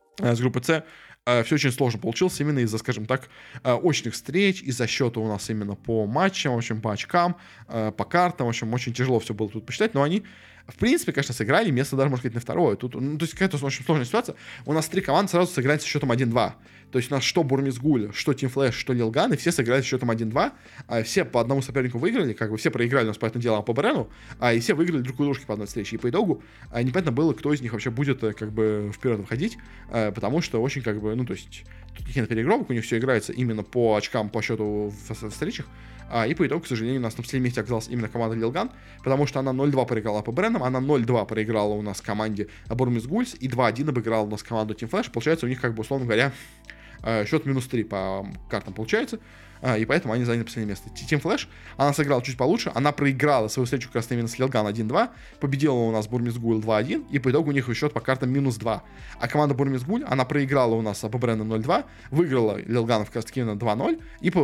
с группы С все очень сложно получилось именно из-за, скажем так, очных встреч, из-за счета у нас именно по матчам, в общем, по очкам, по картам, в общем, очень тяжело все было тут посчитать, но они, в принципе, конечно, сыграли место даже, можно сказать, на второе. Тут, ну, то есть какая-то очень сложная ситуация. У нас 3 команды сразу сыграли с счетом 1-2. То есть у нас что Бурмизгуль, что Team Flash, что Лилган, и все сыграли с счетом 1-2. Все по одному сопернику выиграли, как бы все проиграли у нас, поэтому дело по Брену, и все выиграли друг у дружки по одной встрече. И по итогу непонятно было, кто из них вообще будет как бы вперед выходить, потому что очень как бы, ну, то есть тут нет переигровок, у них все играется именно по очкам, по счету в встречах. И по итогу, к сожалению, у нас на последнем месте оказалась именно команда Лилган, потому что она 0-2 проиграла по Бренам, она 0-2 проиграла у нас команде Бурмизгульс и 2-1 обыграла у нас команду Team Flash. Получается, у них, как бы, условно говоря, счет -3 по картам получается. и поэтому они заняли последнее место. Team Flash, она сыграла чуть получше, она проиграла свою встречу как раз именно с Лилган 1-2, победила у нас Бурмисгуль 2-1, и по итогу у них счет по картам -2. А команда Бурмисгуль, она проиграла у нас по Бренду 0-2, выиграла Лилганов как раз таки 2-0,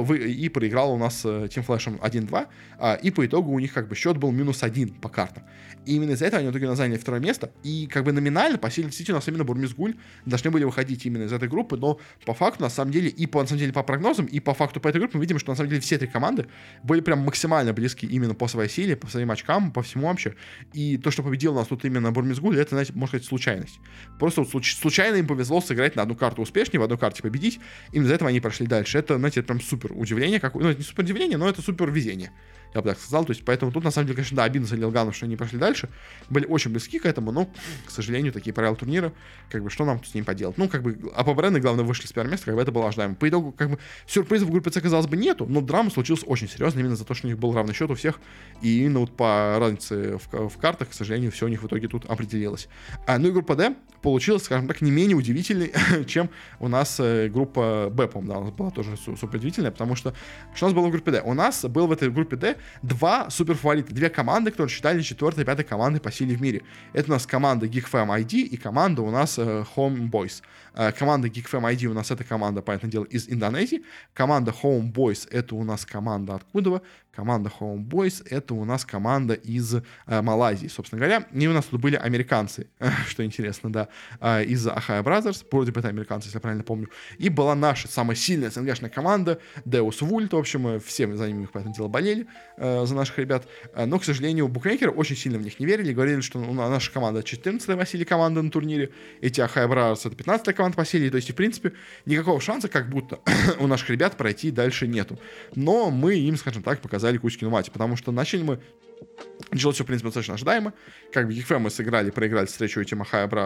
и проиграла у нас Team Flash 1-2, и по итогу у них как бы счет был -1 по картам. И именно из-за этого они в итоге заняли второе место, и как бы номинально по силе действительно у нас именно Бурмисгуль должны были выходить именно из этой группы, но по факту, на самом деле, по прогнозам, и по факту по этой группе мы видим, что на самом деле все три команды были прям максимально близки именно по своей силе, по своим очкам, по всему вообще. И то, что победил у нас тут именно Бурмисгуль, это, знаете, можно сказать, случайность. Просто вот случайно им повезло сыграть на одну карту успешнее, в одной карте победить, именно из-за этого они прошли дальше. Это, знаете, это прям супер удивление, ну, это не супер удивление, но это супер везение, я бы так сказал. То есть, поэтому тут, на самом деле, конечно, да, обидно за Лилганов, что они прошли дальше, были очень близки к этому, но, к сожалению, такие правила турнира, как бы, что нам тут с ним поделать? Ну, как бы, а по бренду, главное, вышли с первого места, как бы это было ожидаемо. По итогу, как бы, сюрпризов в группе С, казалось бы, нету, но драма случилась очень серьезно, именно за то, что у них был равный счет у всех, и именно вот по разнице в картах, к сожалению, все у них в итоге тут определилось. Ну и группа Д получилась, скажем так, не менее удивительной, чем у нас группа Б, по-моему, да, у нас была тоже супер удивительная, потому что у нас было в группе Д? У нас был в этой группе Д два суперфаворита, две команды, которые считали 4-й и 5-й командой по силе в мире. Это у нас команда GeekFam ID и команда у нас Homeboys. Команда GeekFam ID у нас это команда, понятное дело, из Индонезии. Команда Homeboys это у нас команда откуда? Команда Homeboys это у нас команда из Малайзии, собственно говоря. И у нас тут были американцы, что интересно, да, из Ahaya Brothers, вроде бы это американцы, если я правильно помню. И была наша самая сильная СНГшная команда Deus Vult, в общем, все за ними, понятное дело, болели, за наших ребят. Но, к сожалению, букмекеры очень сильно в них не верили, говорили, что наша команда 14-я по силе команда на турнире, эти Ahaya Brothers это 15-я команда по силе, то есть, в принципе, никакого шанса, как будто у наших ребят пройти дальше нету. Но мы им, скажем так, показали кучкину мать, потому что начали мы. Началось все, в принципе, достаточно ожидаемо. Как бы GeekFam мы сыграли, проиграли встречу этим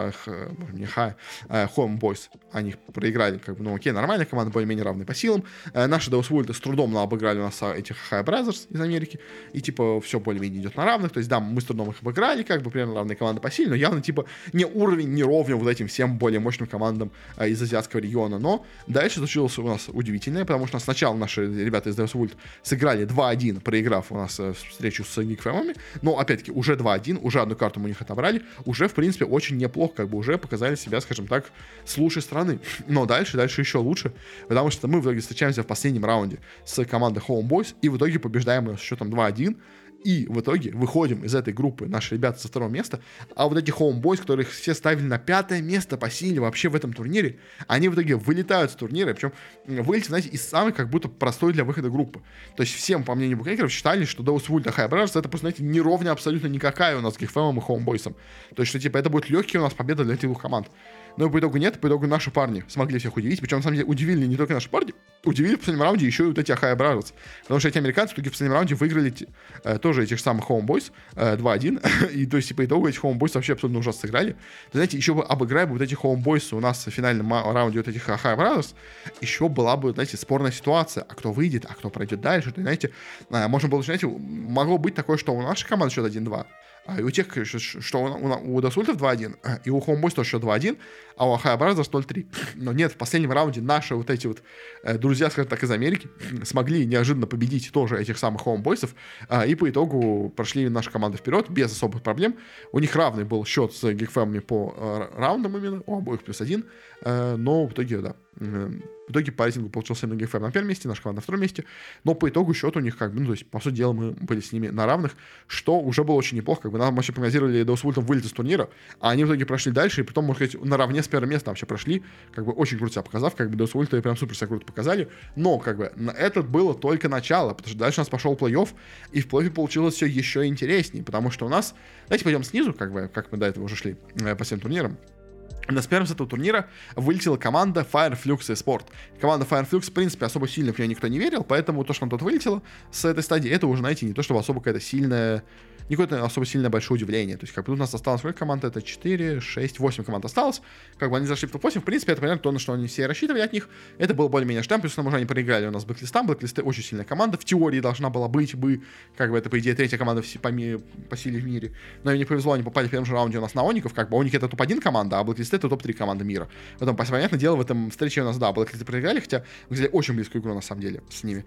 Homeboys. Они проиграли, как бы, ну окей, нормально, команда более-менее равная по силам. Наши Deus Vult с трудом обыграли у нас этих Ahaya Brothers из Америки. И, типа, все более-менее идет на равных. То есть, да, мы с трудом их обыграли, как бы, примерно равные команды по силе, но явно, типа, не уровень, не ровня вот этим всем более мощным командам из азиатского региона. Но дальше случилось у нас удивительное, потому что сначала наши ребята из Deus Vult сыграли 2-1, проиграв у нас встречу с GeekFam. Но, опять-таки, уже 2-1, уже одну карту мы у них отобрали, уже, в принципе, очень неплохо, как бы уже показали себя, скажем так, с лучшей стороны. Но дальше еще лучше, потому что мы в итоге встречаемся в последнем раунде с командой Homeboys, и в итоге побеждаем ее с счетом 2-1, и в итоге выходим из этой группы, наши ребята, со второго места, а вот эти Homeboys, которых все ставили на 5-е место по силе вообще в этом турнире, они в итоге вылетают с турнира, причем вылетели, знаете, из самой как будто простой для выхода группы. То есть всем, по мнению букмекеров, считали, что Deus Vult и Ahaya Brothers это просто, знаете, не ровня абсолютно никакая у нас с GeekFam и Homeboys. То есть, что, типа, это будет легкий у нас победа для этих двух команд. Но по итогу нет, по итогу наши парни смогли всех удивить, причем, на самом деле, удивили не только наши парни, удивили в последнем раунде еще и вот эти Ahaya Brothers, потому что эти американцы в итоге в последнем раунде выиграли тоже этих самых Homeboys 2-1, и то есть по итогу эти Homeboys вообще абсолютно ужасно сыграли. Знаете, еще бы обыграя бы вот эти Homeboys у нас в финальном раунде вот этих Ahaya Brothers, еще была бы, знаете, спорная ситуация, а кто выйдет, а кто пройдет дальше, то, знаете, можно было, знаете, могло быть такое, что у нашей команды счет 1-2, и у тех, что у Deus Vult 2-1, и у Homeboys тоже счет 2-1, а у Ahaya Brothers 0-3. Но нет, в последнем раунде наши вот эти вот друзья, скажем так, из Америки смогли неожиданно победить тоже этих самых Homeboys'ов, и по итогу прошли наша команда вперед без особых проблем. У них равный был счет с GeekFam по раундам именно, у обоих +1, но в итоге, да. В итоге по рейтингу получился именно GeekFam на первом месте, наша команда на втором месте, но по итогу счет у них как бы, ну, то есть, по сути дела, мы были с ними на равных, что уже было очень неплохо, как бы нам вообще прогнозировали Deus Vult вылет из турнира, а они в итоге прошли дальше, и потом, можно сказать, наравне с первым местом вообще прошли, как бы очень круто себя показав, как бы Deus Vult прям супер себя круто показали, но как бы это было только начало, потому что дальше у нас пошел плей-офф, и в плей-оффе получилось все еще интереснее, потому что у нас, давайте пойдем снизу, как бы, как мы до этого уже шли по всем турнирам. У нас первым с этого турнира вылетела команда Fireflux eSport. Команда Fireflux, в принципе, особо сильно в нее никто не верил, поэтому то, что она тут вылетела с этой стадии, это уже, знаете, не то, чтобы особо какая-то сильная не какое-то особо сильное большое удивление. То есть, как бы тут у нас осталось сколько команд? Это 4, 6, 8 команд осталось. Как бы они зашли в топ-8. В принципе, это понятно, то, на что они все рассчитывали от них. Это был более-менее штамп. Плюс, к тому же, они проиграли у нас Блэклистам. Блэклисты очень сильная команда. В теории должна была быть бы, как бы, это, по идее, третья команда по силе в мире. Но им не повезло, они попали в первом же раунде у нас на Оников. Как бы, Оники это топ-1 команда, а Блэклисты это топ-3 команда мира. Поэтому, понятное дело, в этом встрече у нас, да, Блэклисты проиграли, хотя взяли очень близкую игру, на самом деле, с ними.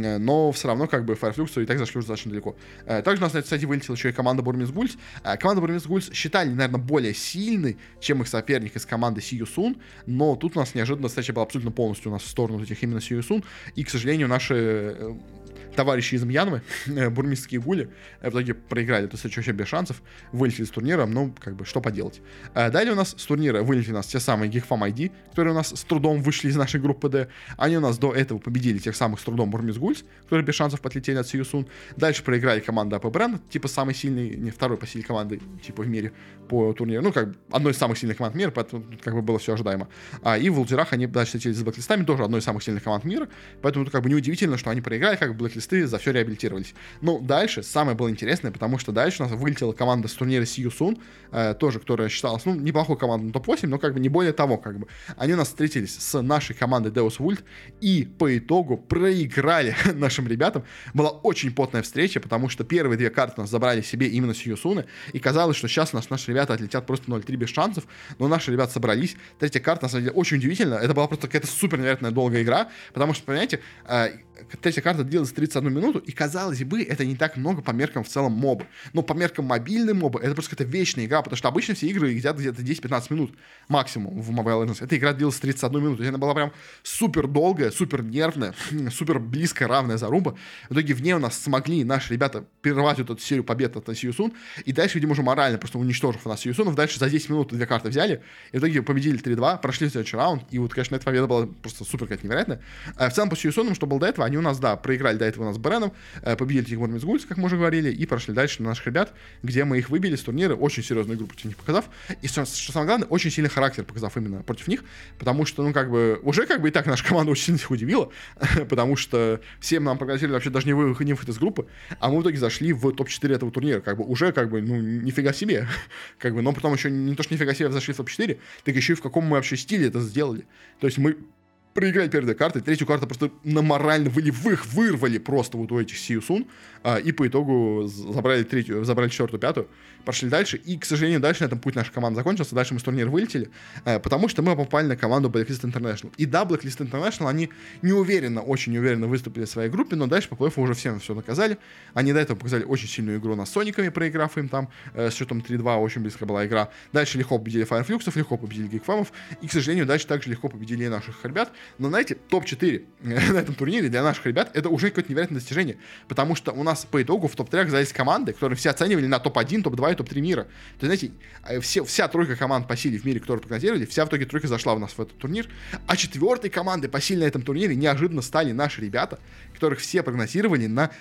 Но все равно, как бы, Fireflux и так зашли уже достаточно далеко. Также у нас, кстати, вылетела еще и команда Бурмис Гульс. Команда Бурмис Гульс считали, наверное, более сильной, чем их соперник из команды Сиюсун, но тут у нас неожиданно встреча была абсолютно полностью у нас в сторону этих именно Сиюсун, и, к сожалению, наши товарищи из Мьянмы, бурмистские гули, в итоге проиграли эту встречу вообще без шансов, вылетели с турнира, ну, как бы, что поделать. Далее у нас с турнира вылетели у нас те самые Geekfam ID, которые у нас с трудом вышли из нашей группы D. Они у нас до этого победили тех самых с трудом Бурмис Гульс, которые без шансов подлетели от Сиюсун. Дальше проиграли команда AP Brand, типа самый сильный, не второй по силе команды, типа в мире по турниру. Ну, как бы, одной из самых сильных команд мира, поэтому тут как бы было все ожидаемо. И в Волдерах они дальше встретились с Блэклистами, тоже одной из самых сильных команд мира, поэтому тут как бы неудивительно, что они проиграли, как бы Блэклисты за все реабилитировались. Ну, дальше самое было интересное, потому что дальше у нас вылетела команда с турнира Сиюсун, тоже, которая считалась, ну, неплохой командой на топ-8, но как бы не более того, как бы. Они у нас встретились с нашей командой Deus Vult и по итогу проиграли нашим ребятам. Была очень потная встреча, потому что первые две карты у нас забрали себе именно Сиюсуны, и казалось, что сейчас наши ребята отлетят просто 0-3 без шансов, но наши ребята собрались. Третья карта, на самом деле, очень удивительно. Это была просто какая-то супер невероятная долгая игра, потому что, понимаете, третья карта длилась 31 минуту, и казалось бы, это не так много по меркам в целом моба. Но по меркам мобильной моба это просто какая-то вечная игра, потому что обычно все игры едят где-то 10-15 минут максимум в Mobile Legends. Эта игра длилась 31 минуту. То есть она была прям супер долгая, супер нервная, супер близкая, равная заруба. В итоге в ней у нас смогли наши ребята прервать эту серию побед от Сиюсун, и дальше, видимо, уже морально просто уничтожив у нас Сиюсунов, дальше за 10 минут две карты взяли, и в итоге победили 3-2, прошли в следующий раунд, и вот, конечно, эта победа была просто супер какая-то невероятная. В целом по Сиюсунам, что было до этого, они у нас, да, проиграли до этого у нас с Бреном, победили Тигмор Мизгульс, как мы уже говорили, и прошли дальше на наших ребят, где мы их выбили с турнира, очень серьезную игру против них показав, и что самое главное, очень сильный характер показав именно против них, потому что, ну, как бы, уже как бы и так наша команда очень сильно их удивила, потому что всем нам прогнозировали вообще даже не выход из группы, а мы в итоге зашли в топ-4 этого турнира, как бы, уже, как бы, ну, нифига себе, как бы, но потом еще не то, что нифига себе зашли в топ-4, так еще и в каком мы вообще стиле это сделали, то есть мы проиграли первые карты, третью карту просто морально вырвали просто вот у этих Сиюсун, и по итогу забрали третью, забрали четвертую, пятую, пошли дальше, и, к сожалению, дальше на этом путь наша команда закончился, дальше мы с турнира вылетели, потому что мы попали на команду Blacklist International. И да, Blacklist International, они очень неуверенно выступили в своей группе, но дальше по плей-оффу уже всем все наказали. Они до этого показали очень сильную игру на Сониками, проиграв им там, с счетом 3-2, очень близко была игра. Дальше легко победили Fireflux'ов, легко победили Geekfam'ов, и, к сожалению, дальше также легко победили и наших ребят. Но, знаете, топ-4 на этом турнире для наших ребят это уже какое-то невероятное достижение, потому что у нас по итогу в топ-3 оказались команды, которые все оценивали на топ-1, топ-2 и топ-3 мира. То есть, знаете, вся тройка команд по силе в мире, которые прогнозировали, вся в итоге тройка зашла у нас в этот турнир, а четвертой командой по силе на этом турнире неожиданно стали наши ребята, которых все прогнозировали на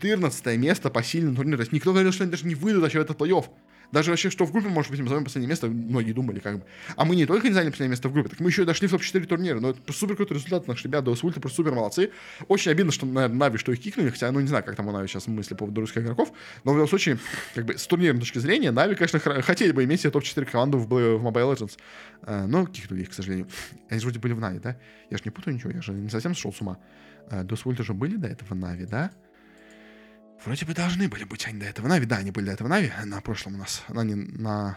14 место по силе на турнире. То есть никто говорил, что они даже не выйдут вообще в этот плей-офф. Даже вообще, что в группе, может быть, мы займем последнее место, многие думали, как бы. А мы не только не заняли последнее место в группе, так мы еще и дошли в топ-4 турнира. Но это супер крутой результат наших ребят, Deus Vult просто супер молодцы. Очень обидно, что, наверное, Нави, что их кикнули, хотя, ну, не знаю, как там у Нави сейчас мысли по поводу русских игроков, но в любом случае, как бы, с турнирной точки зрения, Нави, конечно, хотели бы иметь себе топ-4 команду в Mobile Legends, но кикнули их, к сожалению. Они же вроде были в Нави, да? Я же не путаю ничего, я же не совсем сошел с ума. Deus Vult уже были до этого Нави, да? Вроде бы должны были быть они до этого Нави. Да, они были до этого Нави. На прошлом у нас. На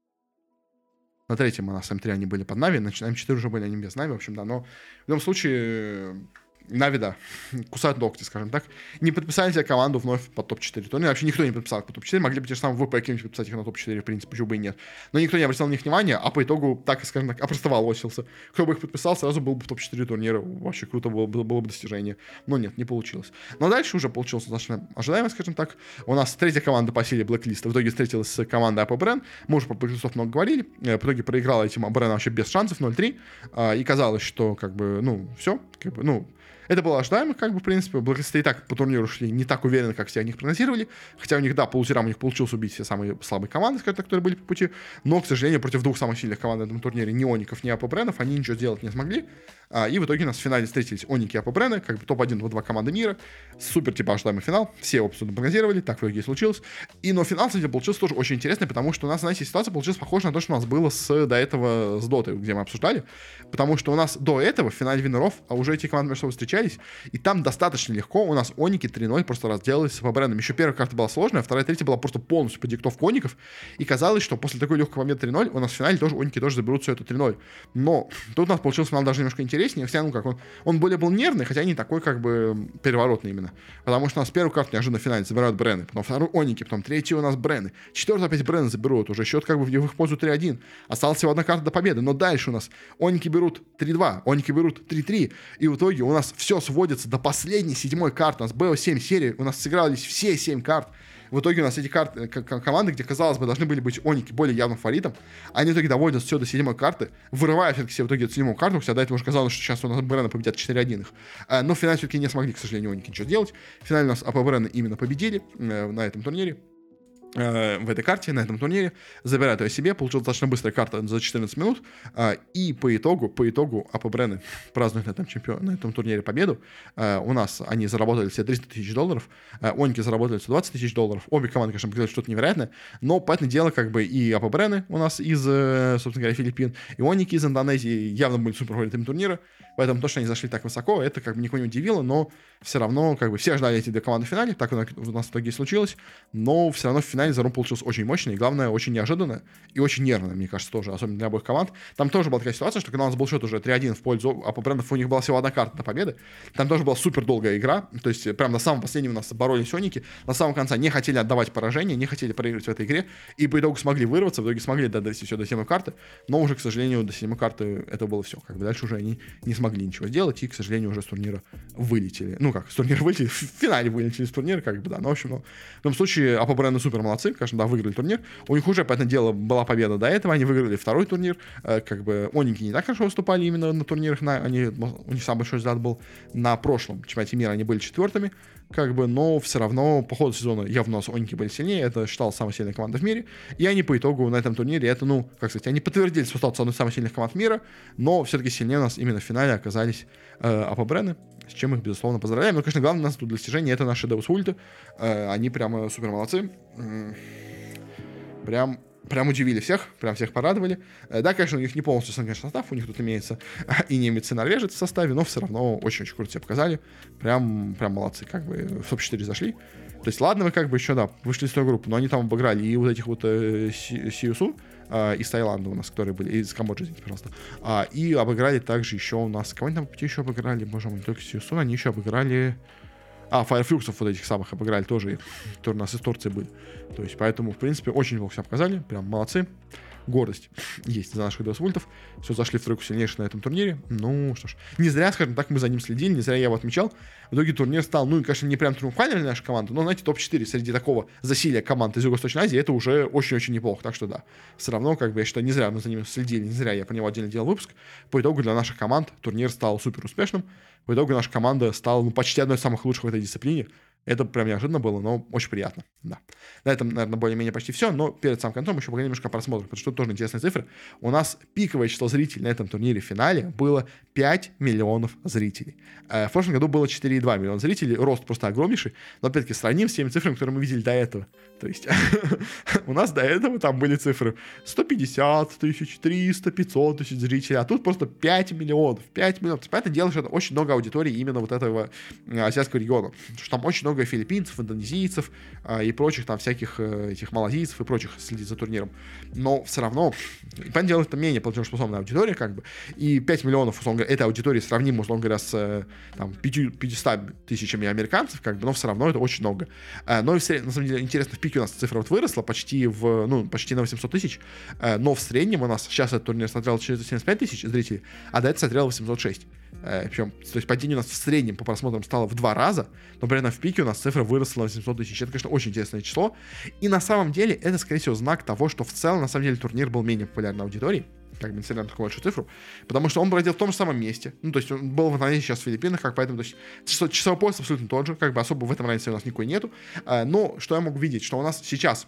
третьем у нас М3 они были под Нави. На М4 уже были они без Нави. В общем, да. Но в любом случае... Нави, да, кусают ногти, скажем так. Не подписали себе команду вновь под топ-4 турнира. Вообще никто не подписал их под топ-4. Могли бы те же самые ВП каким-нибудь подписать их на топ-4, в принципе, почему бы и нет. Но никто не обратил на них внимания, а по итогу, так, скажем так, опростоволосился. Кто бы их подписал, сразу был бы в топ-4 турнира. Вообще круто было бы достижение. Но нет, не получилось. Но дальше уже получилось достаточно ожидаемо, скажем так. У нас третья команда по силе Blacklist в итоге встретилась с командой AP Brand. Мы уже про Blacklist'ов много говорили. В итоге проиграла этим Brand вообще без шансов 0-3. И казалось, что, как бы, ну, все, как бы, ну, Это было ожидаемо, как бы, в принципе. Блэклисты и так по турниру шли не так уверенно, как все о них прогнозировали. Хотя у них, да, по лузерам у них получилось убить все самые слабые команды, скажем так, которые были по пути. Но, к сожалению, против двух самых сильных команд на этом турнире, ни Оников, ни АП-бренов, они ничего сделать не смогли. И в итоге у нас в финале встретились Оники и АП-брены, как бы топ-1, топ-2 команды мира. Супер, типа, ожидаемый финал. Все его абсолютно прогнозировали, так в итоге и случилось. Но финал, кстати, получился тоже очень интересный, потому что у нас, знаете, ситуация получилась похожа на то, что у нас было до этого с Дотой, где мы обсуждали. Потому что у нас до этого в финале Виннеров уже эти команды между собой встречались, и там достаточно легко у нас Оники 3-0 просто разделались с АП-бренами. Еще первая карта была сложная, а вторая, третья была просто полностью по диктовку Оников. И казалось, что после такой легкой победы 3-0 у нас в финале тоже Оники тоже заберут все это 3-0. Но тут у нас получился финал даже немножко интереснее, хотя, ну как, он более был нервный, хотя не такой, как бы, переворотный именно. Потому что у нас первую карту неожиданно в финале забирают брены, потом вторую Оники, потом третью у нас брены, четвертую опять брены заберут, уже счет как бы в их пользу 3-1. Осталась всего одна карта до победы, но дальше у нас Оники берут 3-2, Оники берут 3-3, и в итоге у нас все сводится до последней, 7-й карты. У нас BO7 серии, у нас сыгрались все 7 карт. В итоге у нас эти карты, команды, где, казалось бы, должны были быть Оники более явным фаворитом, они в итоге доводят все до 7-й карты, вырывая все-таки себе в итоге эту 7-ю карту, хотя до этого уже казалось, что сейчас у нас Брены победят 4-1 их. Но в финале все-таки не смогли, к сожалению, Оники ничего сделать. В финале у нас АП Брены именно победили на этом турнире. В этой карте, на этом турнире, забирают ее себе, получилась достаточно быстрая карта за 14 минут, и по итогу АП-брены празднуют на этом турнире победу. У нас они заработали все $300 000, Оники заработали все $20 000, обе команды, конечно, показали что-то невероятное, но, понятное дело, как бы и АП-брены у нас из, собственно говоря, Филиппин, и Оники из Индонезии явно были суперфаворитами турнира, поэтому то, что они зашли так высоко, это как бы никого не удивило, но все равно, как бы, все ждали эти две команды в финале, так у нас в итоге и случилось, но все равно в финале заруб получился очень мощный, и, главное, очень неожиданно и очень нервно, мне кажется, тоже, особенно для обоих команд. Там тоже была такая ситуация, что когда у нас был счет уже 3-1 в пользу АП-брендов, у них была всего одна карта до победы, там тоже была супер долгая игра, то есть прям на самом последнем у нас боролись Оники, на самом конце не хотели отдавать поражение, не хотели проигрывать в этой игре, и по итогу смогли вырваться, в итоге смогли довести все до 7-й карты, но уже, к сожалению, до 7-й карты это было все, как бы дальше уже они не смогли ничего сделать, и, к сожалению, уже с турнира вылетели. Ну как, с турнира вылетели, в финале вылетели с турнира, как бы, да, но, в общем, в любом случае, АП-бренды супер молодцы, конечно, да, выиграли турнир. У них уже, понятное дело, была победа до этого, они выиграли второй турнир, как бы Оники не так хорошо выступали именно на турнирах, у них самый большой результат был на прошлом чемпионате мира, они были 4-ми, как бы, но все равно по ходу сезона явно у нас Оники были сильнее, это считалось самой сильной командой в мире, и они по итогу на этом турнире, это, ну, как сказать, они подтвердили свой статус одной из самых сильных команд мира, но все-таки сильнее у нас именно в финале оказались АП-брены, с чем их, безусловно, поздравляем. Но, конечно, главное у нас тут достижение — это наши Deus Ult. Они прямо супер молодцы. Прям удивили всех, прям всех порадовали. Да, конечно, у них не полностью конечно, состав, у них тут имеется и немец, и норвежец в составе, но все равно очень-очень круто себя показали. Прям молодцы, как бы в топ-4 зашли. То есть, ладно, вы как бы еще, да, вышли из той группы, но они там обыграли и вот этих вот Сиюсу из Таиланда у нас, которые были, из Камбоджи, извините, пожалуйста. И обыграли также еще у нас, кого они там еще обыграли, боже мой, не только Сиюсу, они еще обыграли... Файерфлюксов вот этих самых обыграли тоже, которые у нас из Турции были. То есть, поэтому, в принципе, очень неплохо себя показали. Прям молодцы. Гордость есть за наших Deus Ult'ов. Все, зашли в тройку сильнейших на этом турнире. Ну, что ж. Не зря, скажем так, мы за ним следили, не зря я его отмечал. В итоге турнир стал, ну, и, конечно, не прям триумфальной для нашей команды, но, знаете, топ-4 среди такого засилия команд из Юго-Восточной Азии, это уже очень-очень неплохо. Так что, да, все равно, как бы, я считаю, не зря мы за ним следили, не зря я по нему отдельно делал выпуск. По итогу для наших команд турнир стал супер успешным. По итогу наша команда стала, ну, почти одной из самых лучших в этой дисциплине. Это прям неожиданно было, но очень приятно, да. На этом, наверное, более-менее почти все, но перед самым концом еще поговорим немножко о просмотрах, потому что тут тоже интересные цифры. У нас пиковое число зрителей на этом турнире в финале было 5 миллионов зрителей. В прошлом году было 4,2 миллиона зрителей, рост просто огромнейший, но опять-таки сравним с теми цифрами, которые мы видели до этого. То есть у нас до этого там были цифры 150 тысяч, 300, 500 тысяч зрителей, а тут просто 5 миллионов. 5 миллионов. Понятное дело, что это очень много аудитории именно вот этого азиатского региона, потому что там очень много филиппинцев, индонезийцев и прочих там всяких этих малазийцев и прочих следит за турниром. Но все равно, понятное дело, это менее платежеспособная аудитория, как бы, и 5 миллионов, условно говоря, этой аудитории сравнимо, условно говоря, с там, 500 тысячами американцев, как бы, но все равно это очень много. Но, на самом деле, интересно, в пике у нас цифра вот выросла почти на 800 тысяч, но в среднем у нас сейчас этот турнир смотрел 475 тысяч зрителей, а до этого смотрел 806. Причем, то есть падение у нас в среднем по просмотрам стало в 2 раза, но при этом в пике у нас цифра выросла на 800 тысяч. Это, конечно, очень интересное число. И на самом деле это, скорее всего, знак того, что в целом, на самом деле, турнир был менее популярной аудиторией. как бы, несмотря на такую большую цифру, потому что он бродил в том же самом месте, ну, то есть он был в Индонезии, сейчас в Филиппинах, как поэтому, то есть часовой пояс абсолютно тот же, как бы особо в этом разницы у нас никакой нету, но что я могу видеть, что у нас сейчас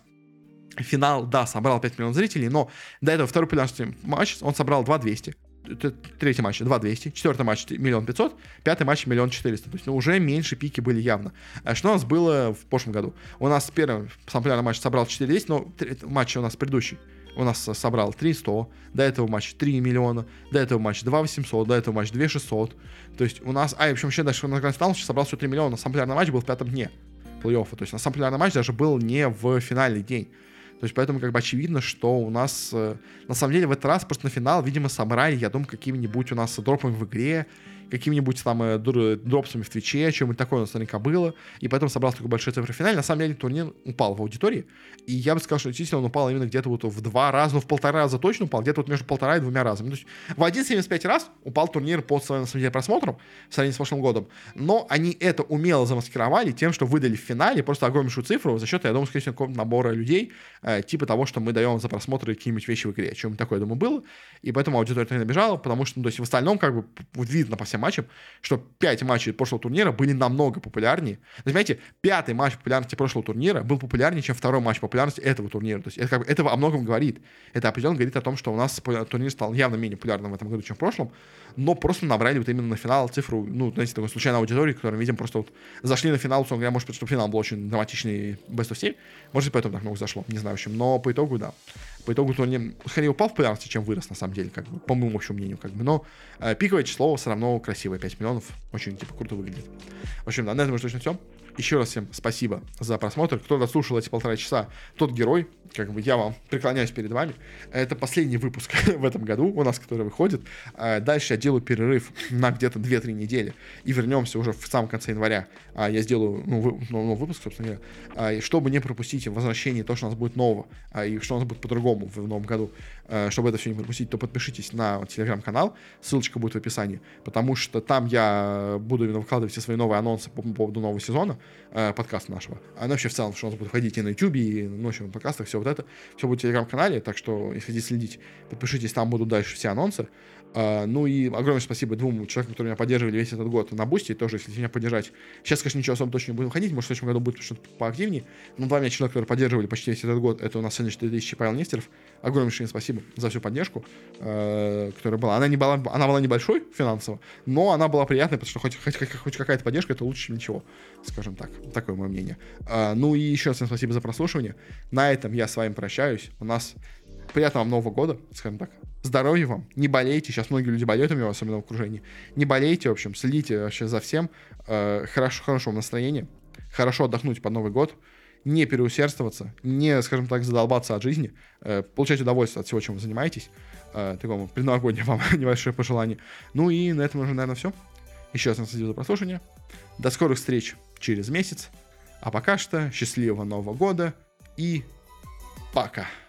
финал, да, собрал 5 миллионов зрителей, но до этого второй популярности матч он собрал 2200. Третий матч 2200, четвертый матч 1 500 000, пятый матч 1 400 000. То есть, ну, уже меньше пики были явно. А что у нас было в прошлом году? У нас первый самый популярный матч собрал 4200, но матч у нас предыдущий у нас собрал 300, до этого матч 3 миллиона, до этого матч 2 800, до этого матч 2 600. То есть у нас, в общем, вообще даже на гранд-финал собрал всего 3 миллиона, самый популярный матч был в пятом дне плей-оффа. То есть на самый популярный матч даже был не в финальный день. То есть поэтому как бы очевидно, что у нас на самом деле в этот раз просто на финал, видимо, собрали, я думаю, какими-нибудь у нас дропами в игре, какими-нибудь там дропсами в Твиче, чем-нибудь такое у нас наверняка было, и поэтому собрался такой большой цифры в финале. На самом деле турнир упал в аудитории, и я бы сказал, что действительно он упал именно где-то вот в 2 раза, ну в 1,5 раза точно упал, где-то вот между 1,5 и 2 разами. То есть в 1,75 раз упал турнир по своим, на самом деле, просмотрам в сравнении с прошлым годом, но они это умело замаскировали тем, что выдали в финале просто огромнейшую цифру за счет, я думаю, скорее всего, какого-то набора людей, типа того, что мы даем за просмотры какие-нибудь вещи в игре, чем такое, я думаю, было, и поэтому аудитория не набежала, потому что, ну, то есть в остальном, как бы, видно по всем матчам, что 5 матчей прошлого турнира были намного популярнее. То есть, знаете, 5-й матч популярности прошлого турнира был популярнее, чем 2-й матч популярности этого турнира. То есть это, как бы, это о многом говорит. Это определенно говорит о том, что у нас турнир стал явно менее популярным в этом году, чем в прошлом, но просто набрали вот именно на финал цифру, ну, знаете, такой случайной аудитории, которую, видим, просто вот зашли на финал, условно говоря, может быть, что финал был очень драматичный, best of 7, может быть, поэтому так много зашло, не знаю, в общем, но по итогу, да. По итогу турнир скорее упал в популярности, чем вырос, на самом деле, как бы, по моему общему мнению, как бы, но пиковое число все равно красивое, 5 миллионов, очень, типа, круто выглядит. В общем, да, на этом уже точно все. Еще раз всем спасибо за просмотр. Кто дослушал эти 1,5 часа, тот герой. Как бы я вам преклоняюсь перед вами. Это последний выпуск в этом году у нас, который выходит. Дальше я делаю перерыв на где-то 2-3 недели. И вернемся уже в самом конце января. Я сделаю новый выпуск, собственно говоря. Чтобы не пропустить возвращение, то, что у нас будет нового, и что у нас будет по-другому в новом году. Чтобы это все не пропустить, то подпишитесь на телеграм-канал. Ссылочка будет в описании. Потому что там я буду именно выкладывать все свои новые анонсы по поводу нового сезона подкаста нашего. А вообще в целом, что у нас будет выходить и на YouTube, и в общем, на подкастах, все вот это. Все будет в телеграм-канале, так что, если хотите следить, подпишитесь, там будут дальше все анонсы. Ну и огромное спасибо 2 человекам, которые меня поддерживали весь этот год на Бусти, тоже, если меня поддержать. Сейчас, конечно, ничего особо точно не будет выходить, может, в следующем году будет что-то поактивнее, но 2 меня человека, которые поддерживали почти весь этот год, это у нас 4000 Павел Нестеров. Огромнейшее спасибо за всю поддержку, которая была. Она была небольшой финансово, но она была приятной, потому что хоть какая-то поддержка, это лучше, чем ничего, скажем так. Такое мое мнение. Ну и еще раз всем спасибо за прослушивание. На этом я с вами прощаюсь. У нас приятного вам Нового года, скажем так. Здоровья вам, не болейте. Сейчас многие люди болеют у меня, особенно в окружении. Не болейте, в общем, следите вообще за всем. Хорошего вам настроения. Хорошо отдохнуть под Новый год. Не переусердствоваться, не, скажем так, задолбаться от жизни. Получать удовольствие от всего, чем вы занимаетесь. Такому предновогоднему вам небольшое пожелание. Ну и на этом уже, наверное, все. Еще раз спасибо за прослушивание. До скорых встреч через месяц. А пока что счастливого Нового года и пока.